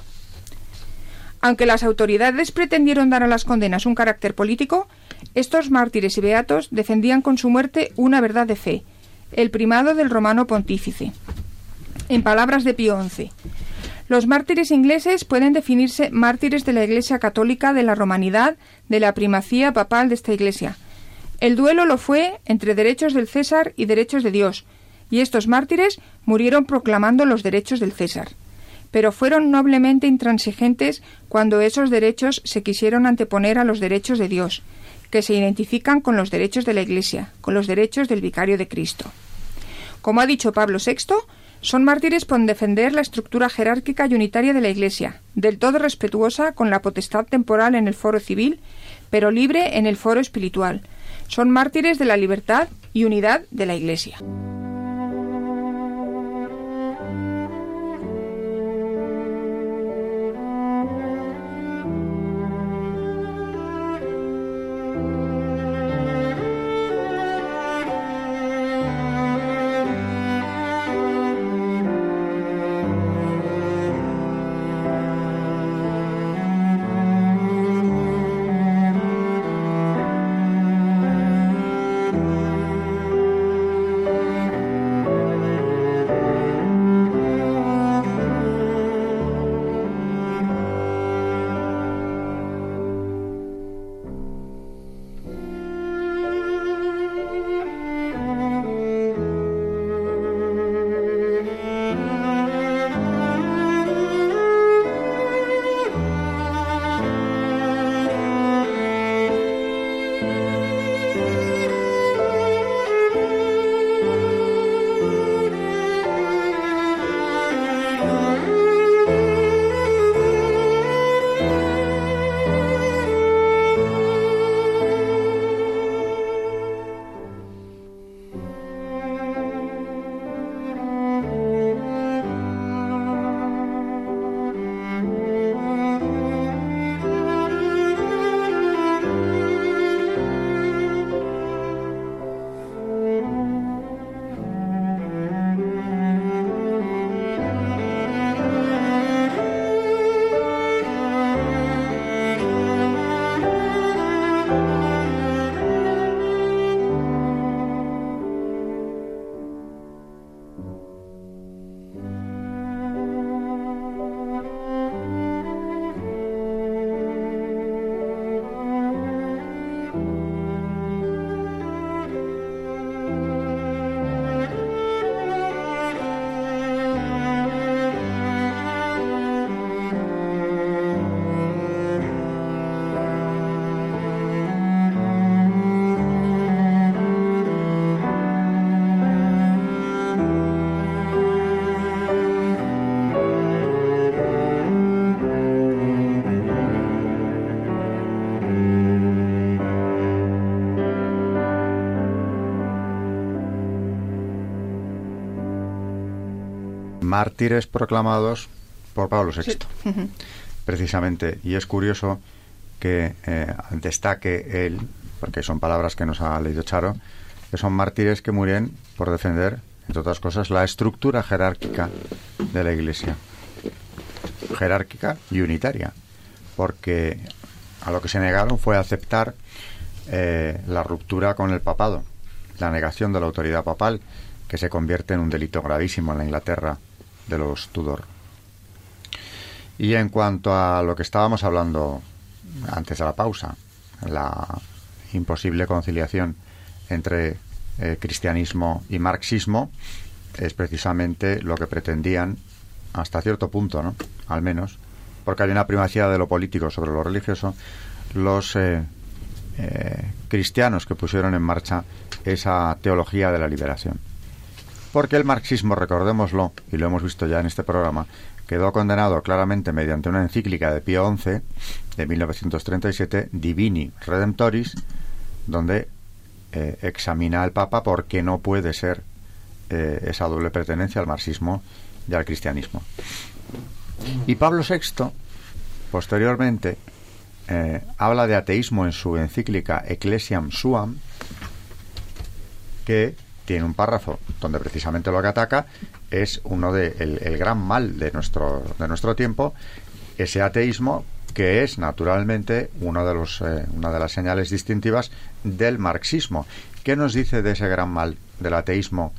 Aunque las autoridades pretendieron dar a las condenas un carácter político, estos mártires y beatos defendían con su muerte una verdad de fe, el primado del romano pontífice. En palabras de Pío once, los mártires ingleses pueden definirse mártires de la Iglesia católica de la romanidad, de la primacía papal de esta Iglesia. El duelo lo fue entre derechos del César y derechos de Dios, y estos mártires murieron proclamando los derechos del César. Pero fueron noblemente intransigentes cuando esos derechos se quisieron anteponer a los derechos de Dios, que se identifican con los derechos de la Iglesia, con los derechos del vicario de Cristo. Como ha dicho Pablo sexto, son mártires por defender la estructura jerárquica y unitaria de la Iglesia, del todo respetuosa con la potestad temporal en el foro civil, pero libre en el foro espiritual. Son mártires de la libertad y unidad de la Iglesia. mártires proclamados por Pablo sexto. Sí. Uh-huh. Precisamente, y es curioso que eh, destaque él, porque son palabras que nos ha leído Charo, que son mártires que mueren por defender, entre otras cosas, la estructura jerárquica de la Iglesia. Jerárquica y unitaria, porque a lo que se negaron fue aceptar eh, la ruptura con el papado, la negación de la autoridad papal, que se convierte en un delito gravísimo en la Inglaterra de los Tudor. Y en cuanto a lo que estábamos hablando antes de la pausa, la imposible conciliación entre eh, cristianismo y marxismo, es precisamente lo que pretendían hasta cierto punto, ¿no? Al menos, porque hay una primacía de lo político sobre lo religioso, los eh, eh, cristianos que pusieron en marcha esa teología de la liberación. Porque el marxismo, recordémoslo, y lo hemos visto ya en este programa, quedó condenado claramente mediante una encíclica de Pío once de mil novecientos treinta y siete, Divini Redemptoris, donde eh, examina al Papa por qué no puede ser eh, esa doble pertenencia al marxismo y al cristianismo. Y Pablo sexto, posteriormente, eh, habla de ateísmo en su encíclica Ecclesiam Suam, que tiene un párrafo donde precisamente lo que ataca es uno de el, el gran mal de nuestro de nuestro tiempo, ese ateísmo que es naturalmente uno de los eh, una de las señales distintivas del marxismo. ¿Qué nos dice de ese gran mal del ateísmo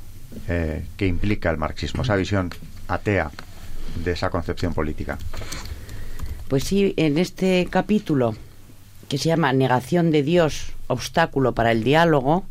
eh, que implica el marxismo, esa visión atea de esa concepción política? Pues sí, en este capítulo que se llama Negación de Dios, obstáculo para el diálogo,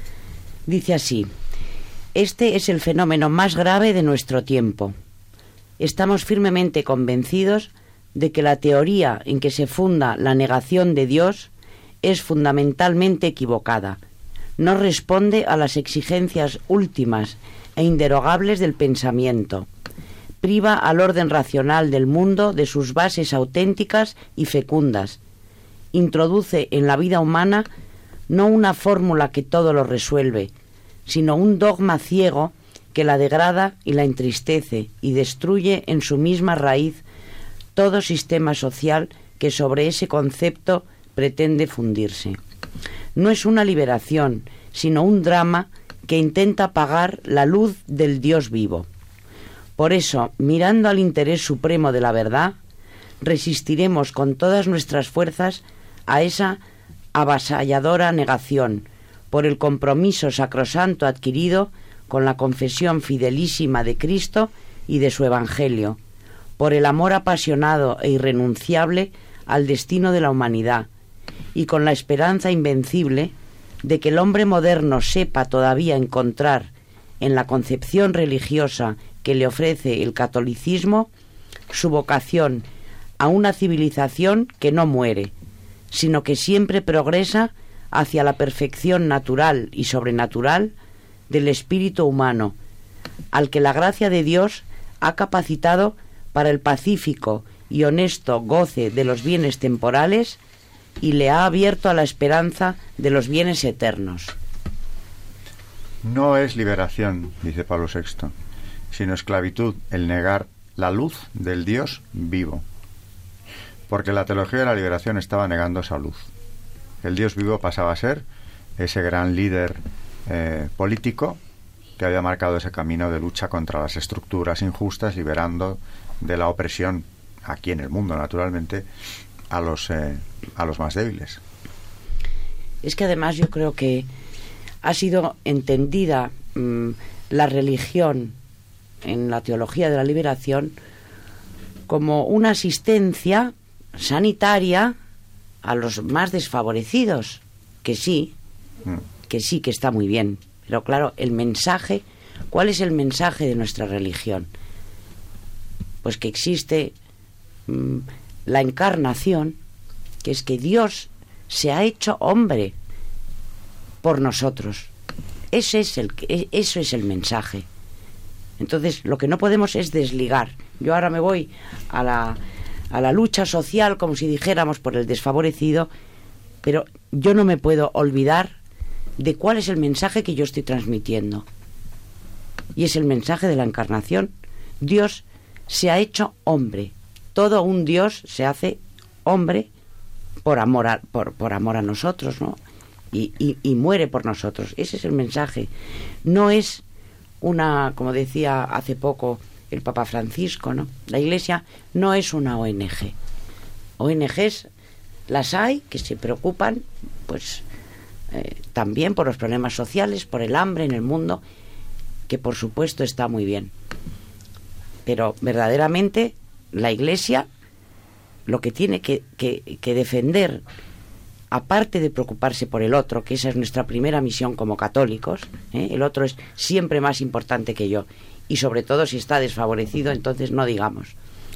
dice así: este es el fenómeno más grave de nuestro tiempo. Estamos firmemente convencidos de que la teoría en que se funda la negación de Dios es fundamentalmente equivocada. No responde a las exigencias últimas e inderogables del pensamiento. Priva al orden racional del mundo de sus bases auténticas y fecundas. Introduce en la vida humana no una fórmula que todo lo resuelve, sino un dogma ciego que la degrada y la entristece y destruye en su misma raíz todo sistema social que sobre ese concepto pretende fundirse. No es una liberación, sino un drama que intenta apagar la luz del Dios vivo. Por eso, mirando al interés supremo de la verdad, resistiremos con todas nuestras fuerzas a esa avasalladora negación, por el compromiso sacrosanto adquirido con la confesión fidelísima de Cristo y de su Evangelio, por el amor apasionado e irrenunciable al destino de la humanidad, y con la esperanza invencible de que el hombre moderno sepa todavía encontrar en la concepción religiosa que le ofrece el catolicismo su vocación a una civilización que no muere, sino que siempre progresa hacia la perfección natural y sobrenatural del espíritu humano, al que la gracia de Dios ha capacitado para el pacífico y honesto goce de los bienes temporales y le ha abierto a la esperanza de los bienes eternos. No es liberación, dice Pablo sexto, sino esclavitud el negar la luz del Dios vivo, porque la teología de la liberación estaba negando esa luz. El Dios vivo pasaba a ser ese gran líder eh, político que había marcado ese camino de lucha contra las estructuras injustas, liberando de la opresión, aquí en el mundo naturalmente, a los, eh, a los más débiles. Es que además yo creo que ha sido entendida mmm, la religión en la teología de la liberación como una asistencia sanitaria a los más desfavorecidos, que sí, mm. que sí, que está muy bien. Pero claro, el mensaje, ¿cuál es el mensaje de nuestra religión? Pues que existe mmm, la encarnación, que es que Dios se ha hecho hombre por nosotros. Ese es el, eso es el mensaje. Entonces, lo que no podemos es desligar. Yo ahora me voy a la, a la lucha social, como si dijéramos, por el desfavorecido, pero yo no me puedo olvidar de cuál es el mensaje que yo estoy transmitiendo. Y es el mensaje de la encarnación, Dios se ha hecho hombre. Todo un Dios se hace hombre por amor a, por, por amor a nosotros, ¿no? Y, y, y muere por nosotros. Ese es el mensaje. No es una, como decía hace poco el Papa Francisco, ¿no? La Iglesia no es una O N G. O N Ges las hay que se preocupan, pues, eh, también por los problemas sociales, por el hambre en el mundo, que por supuesto está muy bien. Pero verdaderamente la Iglesia lo que tiene que, que, que defender, aparte de preocuparse por el otro, que esa es nuestra primera misión como católicos, ¿eh? El otro es siempre más importante que yo, y sobre todo si está desfavorecido, entonces no digamos.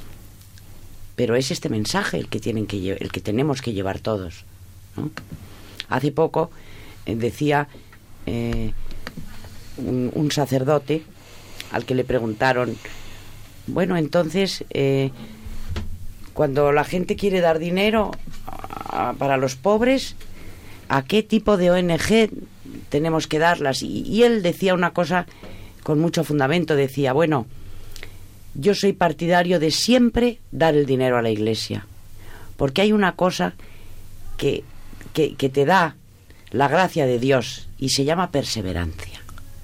Pero es este mensaje el que tienen que lle- el que tenemos que llevar todos, ¿no? Hace poco eh, decía eh, un, un sacerdote al que le preguntaron, bueno, entonces eh, cuando la gente quiere dar dinero a, a, para los pobres, ¿a qué tipo de O N G tenemos que darlas? Y, y él decía una cosa con mucho fundamento, decía, bueno, yo soy partidario de siempre dar el dinero a la Iglesia, porque hay una cosa que, que, que te da la gracia de Dios y se llama perseverancia.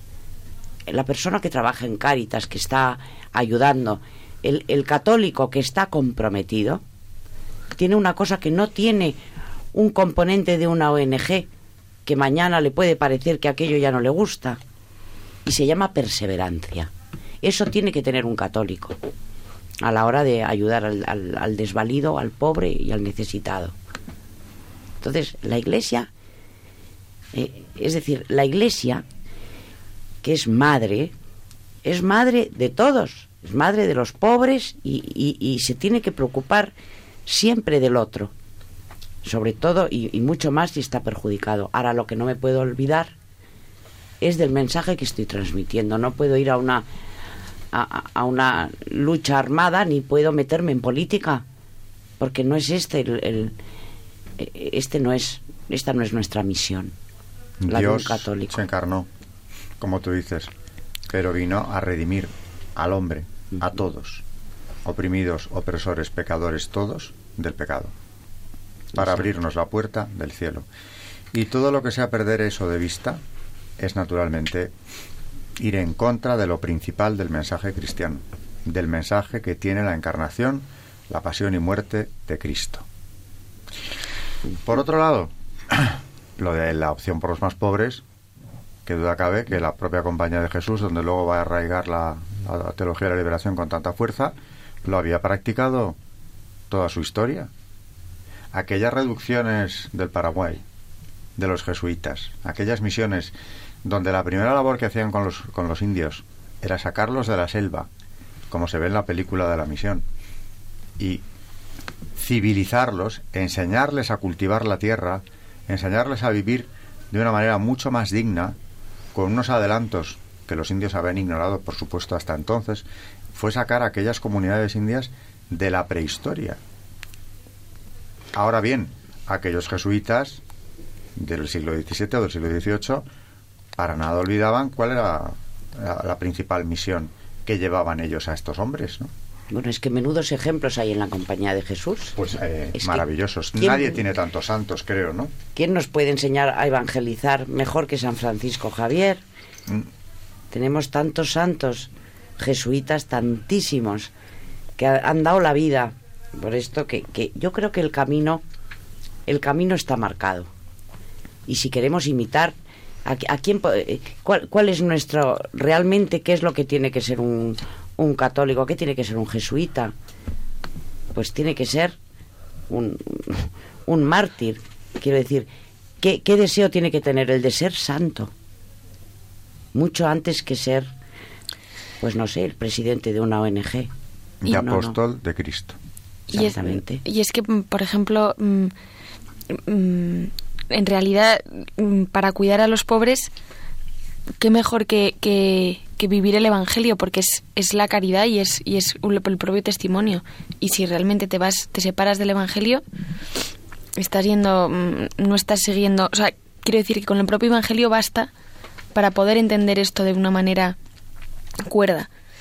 La persona que trabaja en Cáritas, que está ayudando, el, el católico que está comprometido, tiene una cosa que no tiene un componente de una O N G, que mañana le puede parecer que aquello ya no le gusta, y se llama perseverancia. Eso tiene que tener un católico a la hora de ayudar al, al, al desvalido, al pobre y al necesitado. Entonces, la Iglesia, eh, es decir, la Iglesia, que es madre, es madre de todos, es madre de los pobres y, y, y se tiene que preocupar siempre del otro, sobre todo y, y mucho más si está perjudicado. Ahora, lo que no me puedo olvidar es del mensaje que estoy transmitiendo. No puedo ir a una a, a una lucha armada, ni puedo meterme en política, porque no es este el, el este no es esta no es nuestra misión. La Dios de un católico se encarnó, como tú dices, pero vino a redimir al hombre, a todos, oprimidos, opresores, pecadores, todos, del pecado, para abrirnos la puerta del cielo. Y todo lo que sea perder eso de vista es naturalmente ir en contra de lo principal del mensaje cristiano, del mensaje que tiene la encarnación, la pasión y muerte de Cristo. Por otro lado, lo de la opción por los más pobres, que duda cabe que la propia Compañía de Jesús, donde luego va a arraigar la, la teología de la liberación con tanta fuerza, lo había practicado toda su historia. Aquellas reducciones del Paraguay, de los jesuitas, aquellas misiones donde la primera labor que hacían con los, con los indios era sacarlos de la selva, como se ve en la película de la misión, y civilizarlos, enseñarles a cultivar la tierra, enseñarles a vivir de una manera mucho más digna, con unos adelantos que los indios habían ignorado, por supuesto, hasta entonces, fue sacar a aquellas comunidades indias de la prehistoria. Ahora bien, aquellos jesuitas del siglo diecisiete o del siglo dieciocho para nada olvidaban cuál era la, la principal misión que llevaban ellos a estos hombres, ¿no? Bueno, es que menudos ejemplos hay en la Compañía de Jesús. Pues eh, Es maravillosos. que, ¿quién, Nadie tiene tantos santos, creo, ¿no? ¿Quién nos puede enseñar a evangelizar mejor que San Francisco Javier? Mm. Tenemos tantos santos jesuitas, tantísimos, que ha, han dado la vida por esto, que, que yo creo que el camino, el camino está marcado. Y si queremos imitar, ¿a, a quién, cuál, cuál es nuestro, realmente, qué es lo que tiene que ser un, un católico, qué tiene que ser un jesuita? Pues tiene que ser un, un mártir. Quiero decir, ¿qué, qué deseo tiene que tener? El de ser santo. Mucho antes que ser, pues no sé, el presidente de una O N G. Y no, apóstol no. de Cristo. Exactamente. Y es, y es que, por ejemplo, mm, mm, en realidad, mm, para cuidar a los pobres, qué mejor que, que, que vivir el Evangelio, porque es, es la caridad y es, y es el propio testimonio. Y si realmente te vas, te separas del Evangelio, estás yendo, mm, no estás siguiendo, o sea, quiero decir que con el propio Evangelio basta para poder entender esto de una manera cuerda.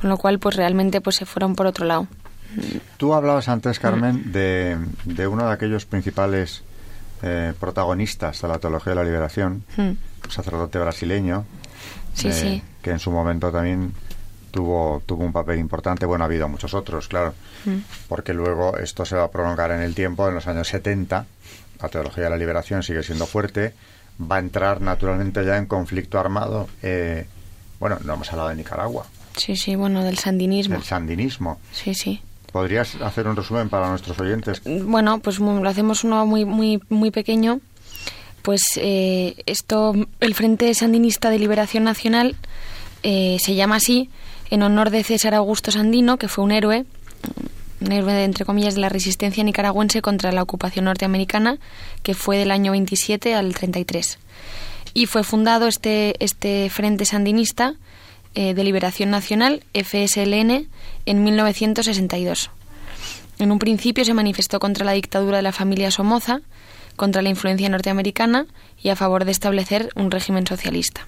con lo cual pues realmente pues se fueron por otro lado. Tú hablabas antes, Carmen, de, de uno de aquellos principales eh, protagonistas de la teología de la liberación, Mm. un sacerdote brasileño, Sí, eh, sí. que en su momento también tuvo tuvo un papel importante. Bueno, ha habido muchos otros, claro, Mm. porque luego esto se va a prolongar en el tiempo. En los años setenta, la teología de la liberación sigue siendo fuerte, va a entrar naturalmente ya en conflicto armado. Eh, bueno, no hemos hablado de Nicaragua, Sí, sí, bueno, del sandinismo. del sandinismo. Sí, sí. ¿Podrías hacer un resumen para nuestros oyentes? Bueno, pues mu- lo hacemos uno muy muy muy pequeño. Pues eh, esto, el Frente Sandinista de Liberación Nacional eh, se llama así en honor de César Augusto Sandino, que fue un héroe, un héroe de, entre comillas, de la resistencia nicaragüense contra la ocupación norteamericana, que fue del año veintisiete al treinta y tres. Y fue fundado este este Frente Sandinista eh, de Liberación Nacional, F S L N, en mil novecientos sesenta y dos. En un principio se manifestó contra la dictadura de la familia Somoza, contra la influencia norteamericana y a favor de establecer un régimen socialista.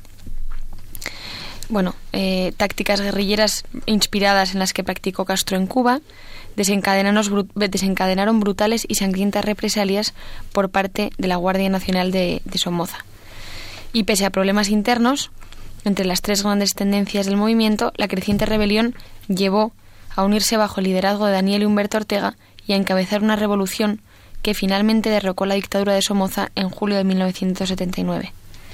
Bueno, eh, tácticas guerrilleras inspiradas en las que practicó Castro en Cuba desencadenaron, bru- desencadenaron brutales y sangrientas represalias por parte de la Guardia Nacional de, de Somoza. Y pese a problemas internos, entre las tres grandes tendencias del movimiento, la creciente rebelión llevó a unirse bajo el liderazgo de Daniel y Humberto Ortega y a encabezar una revolución que finalmente derrocó la dictadura de Somoza en julio de mil novecientos setenta y nueve.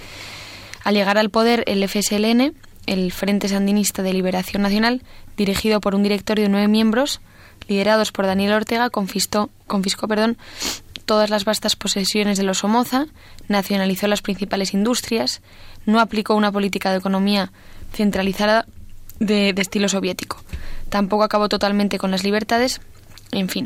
Al llegar al poder, el F S L N, el Frente Sandinista de Liberación Nacional, dirigido por un directorio de nueve miembros, liderados por Daniel Ortega, confiscó, confiscó perdón, todas las vastas posesiones de los Somoza, nacionalizó las principales industrias, no aplicó una política de economía centralizada de, de estilo soviético. Tampoco acabó totalmente con las libertades, en fin.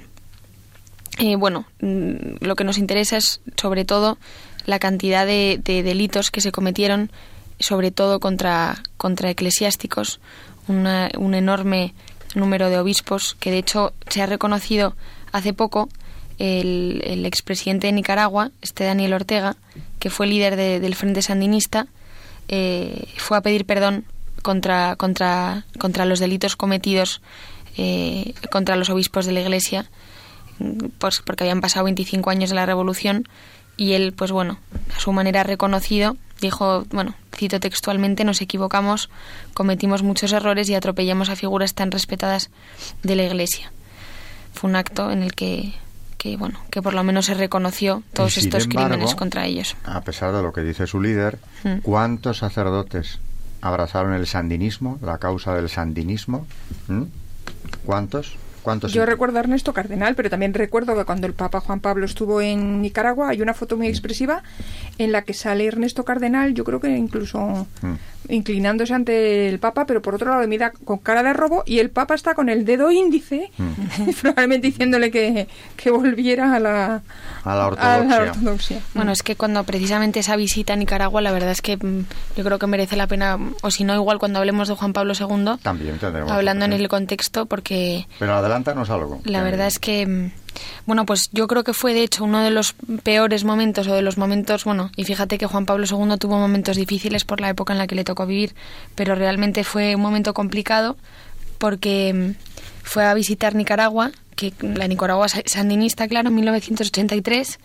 Eh, bueno, mm, lo que nos interesa es sobre todo la cantidad de, de delitos que se cometieron, sobre todo contra, contra eclesiásticos, una, un enorme número de obispos, que de hecho se ha reconocido hace poco el, el expresidente de Nicaragua, este Daniel Ortega, que fue líder de, del Frente Sandinista, eh, fue a pedir perdón contra, contra, contra los delitos cometidos eh, contra los obispos de la Iglesia, pues porque habían pasado veinticinco años de la Revolución, y él, pues bueno, a su manera reconocido, dijo, bueno, cito textualmente: nos equivocamos, cometimos muchos errores y atropellamos a figuras tan respetadas de la Iglesia. Fue un acto en el que, que bueno, que por lo menos se reconoció todos Y sin estos embargo, crímenes contra ellos. A pesar de lo que dice su líder, Mm. ¿cuántos sacerdotes abrazaron el sandinismo, la causa del sandinismo? ¿Mm? ¿Cuántos? ¿Cuántos? Yo recuerdo a Ernesto Cardenal, pero también recuerdo que cuando el Papa Juan Pablo estuvo en Nicaragua hay una foto muy expresiva en la que sale Ernesto Cardenal, yo creo que incluso Mm. inclinándose ante el Papa, pero por otro lado mira con cara de robo, y el Papa está con el dedo índice, Mm. probablemente diciéndole que, que volviera a la, A la a ortodoxia. la ortodoxia. Bueno, es que cuando precisamente esa visita a Nicaragua, la verdad es que mm, yo creo que merece la pena, o si no, igual cuando hablemos de Juan Pablo segundo, También tendremos hablando en ocasión. el contexto, porque Pero adelántanos algo. la Que- verdad es que, mm, bueno, pues yo creo que fue de hecho uno de los peores momentos, o de los momentos, bueno, y fíjate que Juan Pablo segundo tuvo momentos difíciles por la época en la que le tocó vivir, pero realmente fue un momento complicado porque mm, fue a visitar Nicaragua, que la Nicaragua sa- sandinista, claro, en mil novecientos ochenta y tres,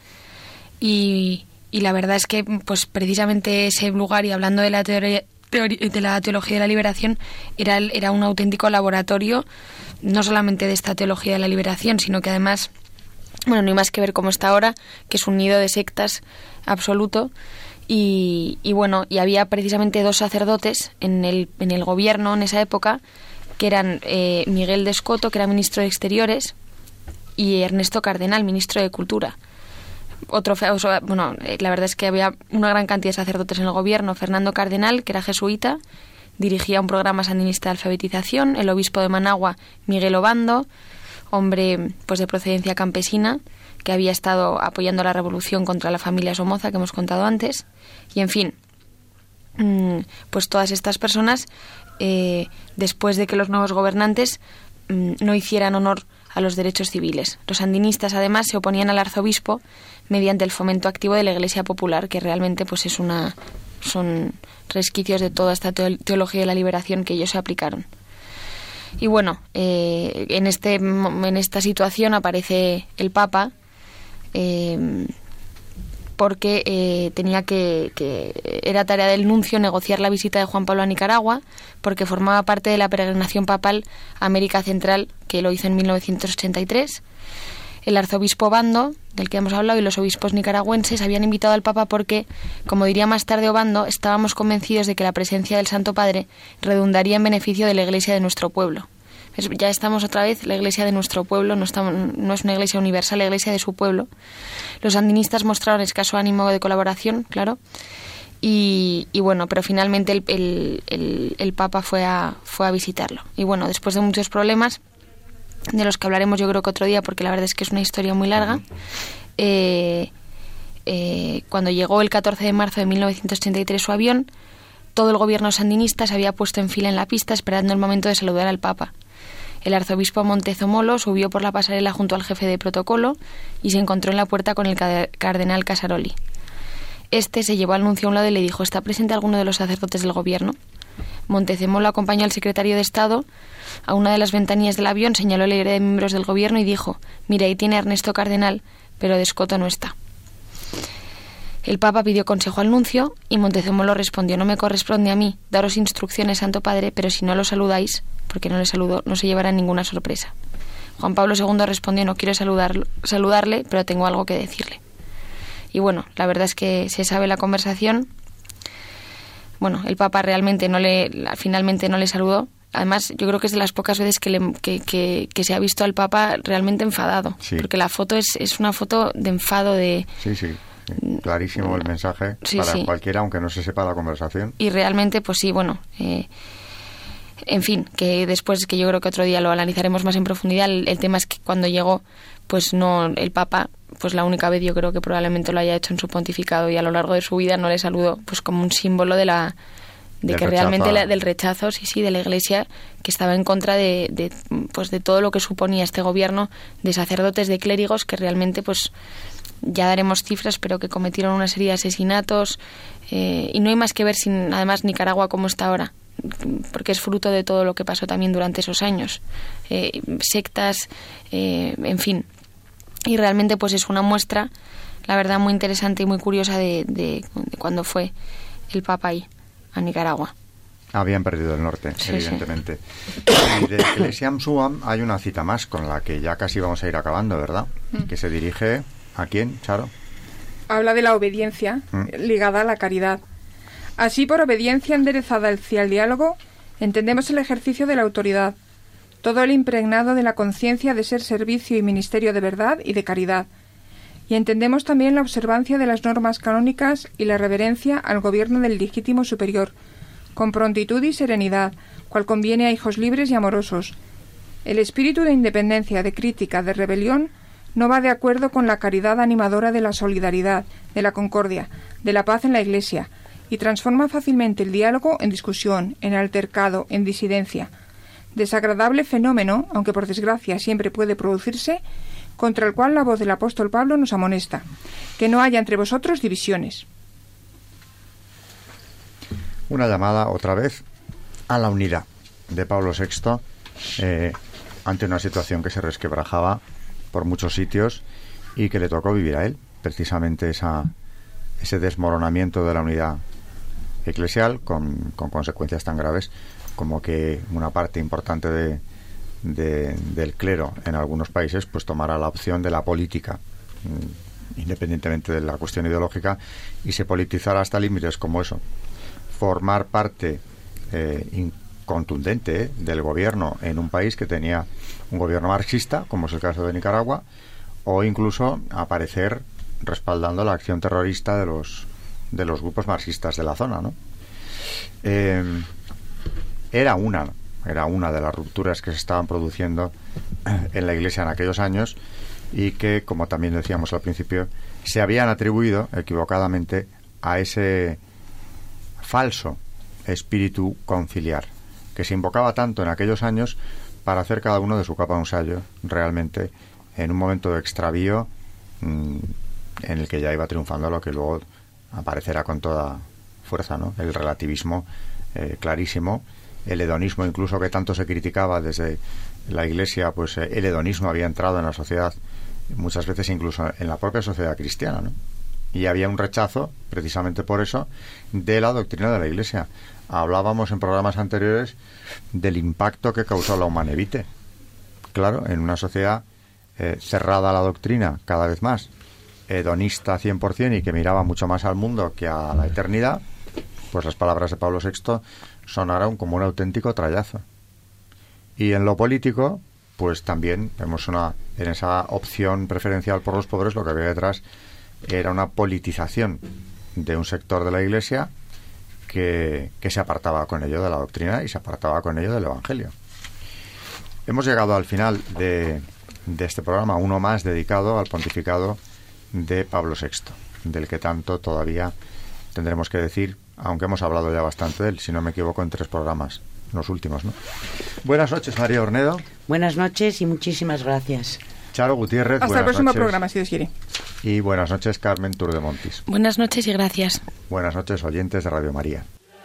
y, y la verdad es que pues precisamente ese lugar, y hablando de la teoría teori- de la teología de la liberación, era, el- era un auténtico laboratorio, no solamente de esta teología de la liberación, sino que además, bueno, no hay más que ver cómo está ahora, que es un nido de sectas absoluto. Y, y bueno, y había precisamente dos sacerdotes en el, en el gobierno en esa época, que eran eh, Miguel de Escoto, que era ministro de Exteriores, y Ernesto Cardenal, ministro de Cultura. Otro, fe- o sea, bueno, eh, la verdad es que había una gran cantidad de sacerdotes en el gobierno. Fernando Cardenal, que era jesuita, dirigía un programa sandinista de alfabetización. El obispo de Managua, Miguel Obando, hombre pues de procedencia campesina, que había estado apoyando la revolución contra la familia Somoza, que hemos contado antes. Y en fin, mm, pues todas estas personas, eh, después de que los nuevos gobernantes mm, no hicieran honor a los derechos civiles. Los sandinistas, además, se oponían al arzobispo mediante el fomento activo de la Iglesia Popular, que realmente pues es una son resquicios de toda esta teo- teología de la liberación que ellos se aplicaron. Y bueno, eh, en, este, en esta situación aparece el Papa, eh, porque eh, tenía que, que era tarea del nuncio negociar la visita de Juan Pablo a Nicaragua, porque formaba parte de la peregrinación papal a América Central, que lo hizo en mil novecientos ochenta y tres. El arzobispo Obando, del que hemos hablado, y los obispos nicaragüenses habían invitado al Papa porque, como diría más tarde Obando, estábamos convencidos de que la presencia del Santo Padre redundaría en beneficio de la Iglesia de nuestro pueblo. Ya estamos otra vez, la Iglesia de nuestro pueblo, no, estamos, no es una Iglesia universal, la Iglesia de su pueblo. Los sandinistas mostraron escaso ánimo de colaboración, claro, y, y bueno, pero finalmente el, el, el, el Papa fue a, fue a visitarlo. Y bueno, después de muchos problemas, de los que hablaremos yo creo que otro día, porque la verdad es que es una historia muy larga, eh, eh, cuando llegó el catorce de marzo de mil novecientos ochenta y tres su avión, todo el gobierno sandinista se había puesto en fila en la pista esperando el momento de saludar al Papa. El arzobispo Montezomolo subió por la pasarela junto al jefe de protocolo y se encontró en la puerta con el cardenal Casaroli. Este se llevó al nuncio a un lado y le dijo: ¿está presente alguno de los sacerdotes del gobierno? Montezomolo acompañó al secretario de Estado a una de las ventanillas del avión, señaló la hilera de miembros del gobierno y dijo: mira, ahí tiene Ernesto Cardenal, pero de escoto no está. El Papa pidió consejo al nuncio y Montezomolo respondió: no me corresponde a mí daros instrucciones, Santo Padre, pero si no lo saludáis, porque no le saludó, no se llevará ninguna sorpresa. Juan Pablo segundo respondió: no quiero saludar, saludarle, pero tengo algo que decirle. Y bueno, la verdad es que se sabe la conversación. Bueno, el Papa realmente no le, finalmente no le saludó. Además, yo creo que es de las pocas veces que, le, que, que, que se ha visto al Papa realmente enfadado. Sí. Porque la foto es, es una foto de enfado, de... Sí, sí. Sí, clarísimo el mensaje sí, para sí. cualquiera, aunque no se sepa la conversación. Y realmente, pues sí, bueno, eh, en fin, que después, que yo creo que otro día lo analizaremos más en profundidad, el, el tema es que cuando llegó, pues no, el Papa, pues la única vez yo creo que probablemente lo haya hecho en su pontificado y a lo largo de su vida no le saludó, pues como un símbolo de la... de que realmente la, del rechazo, sí, sí, de la Iglesia, que estaba en contra de, de, pues de todo lo que suponía este gobierno de sacerdotes, de clérigos, que realmente, pues... ya daremos cifras, pero que cometieron una serie de asesinatos eh, y no hay más que ver sin además Nicaragua como está ahora, porque es fruto de todo lo que pasó también durante esos años, eh, sectas, eh, en fin, y realmente pues es una muestra, la verdad, muy interesante y muy curiosa de, de, de cuando fue el Papa ahí a Nicaragua. Habían perdido el norte, sí, evidentemente. Sí. Y de Ecclesiam Suam hay una cita más con la que ya casi vamos a ir acabando, ¿verdad? Mm. Que se dirige... ¿a quién, Charo? Habla de la obediencia ¿Mm? ligada a la caridad. Así, por obediencia enderezada hacia el diálogo, entendemos el ejercicio de la autoridad, todo el impregnado de la conciencia de ser servicio y ministerio de verdad y de caridad. Y entendemos también la observancia de las normas canónicas y la reverencia al gobierno del legítimo superior, con prontitud y serenidad, cual conviene a hijos libres y amorosos. El espíritu de independencia, de crítica, de rebelión, no va de acuerdo con la caridad animadora de la solidaridad, de la concordia, de la paz en la Iglesia, y transforma fácilmente el diálogo en discusión, en altercado, en disidencia. Desagradable fenómeno, aunque por desgracia siempre puede producirse, contra el cual la voz del apóstol Pablo nos amonesta: que no haya entre vosotros divisiones. Una llamada otra vez a la unidad de Pablo sexto eh, ante una situación que se resquebrajaba por muchos sitios y que le tocó vivir a él, precisamente esa, ese desmoronamiento de la unidad eclesial con, con consecuencias tan graves como que una parte importante de, de, del clero en algunos países pues tomara la opción de la política, independientemente de la cuestión ideológica, y se politizara hasta límites como eso, formar parte eh, contundente eh, del gobierno en un país que tenía un gobierno marxista, como es el caso de Nicaragua, o incluso aparecer respaldando la acción terrorista de los de los grupos marxistas de la zona, ¿no? Eh, era una era una de las rupturas que se estaban produciendo en la Iglesia en aquellos años y que, como también decíamos al principio, se habían atribuido equivocadamente a ese falso espíritu conciliar que se invocaba tanto en aquellos años para hacer cada uno de su capa un sayo, realmente en un momento de extravío mmm, en el que ya iba triunfando lo que luego aparecerá con toda fuerza, ¿no? El relativismo eh, clarísimo el hedonismo incluso que tanto se criticaba desde la Iglesia, pues eh, el hedonismo había entrado en la sociedad, muchas veces incluso en la propia sociedad cristiana, ¿no? Y había un rechazo, precisamente por eso, de la doctrina de la Iglesia. Hablábamos en programas anteriores del impacto que causó la Humanae Vitae. Claro, en una sociedad eh, cerrada a la doctrina cada vez más, hedonista cien por ciento y que miraba mucho más al mundo que a la eternidad, pues las palabras de Pablo sexto sonaron como un auténtico trayazo. Y en lo político, pues también vemos una, en esa opción preferencial por los pobres, lo que había detrás era una politización de un sector de la Iglesia que, que se apartaba con ello de la doctrina y se apartaba con ello del Evangelio. Hemos llegado al final de, de este programa, uno más dedicado al pontificado de Pablo sexto, del que tanto todavía tendremos que decir, aunque hemos hablado ya bastante de él, si no me equivoco, en tres programas, los últimos, ¿no? Buenas noches, María Ornedo. Buenas noches y muchísimas gracias. Charo Gutiérrez. Hasta el próximo noches. programa, si Dios quiere. Y buenas noches, Carmen Turdemontis. Buenas noches y gracias. Buenas noches, oyentes de Radio María.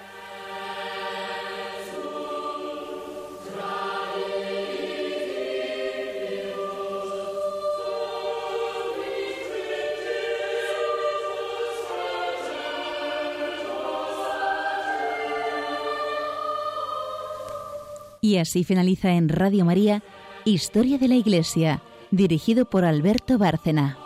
Y así finaliza en Radio María Historia de la Iglesia, dirigido por Alberto Bárcena.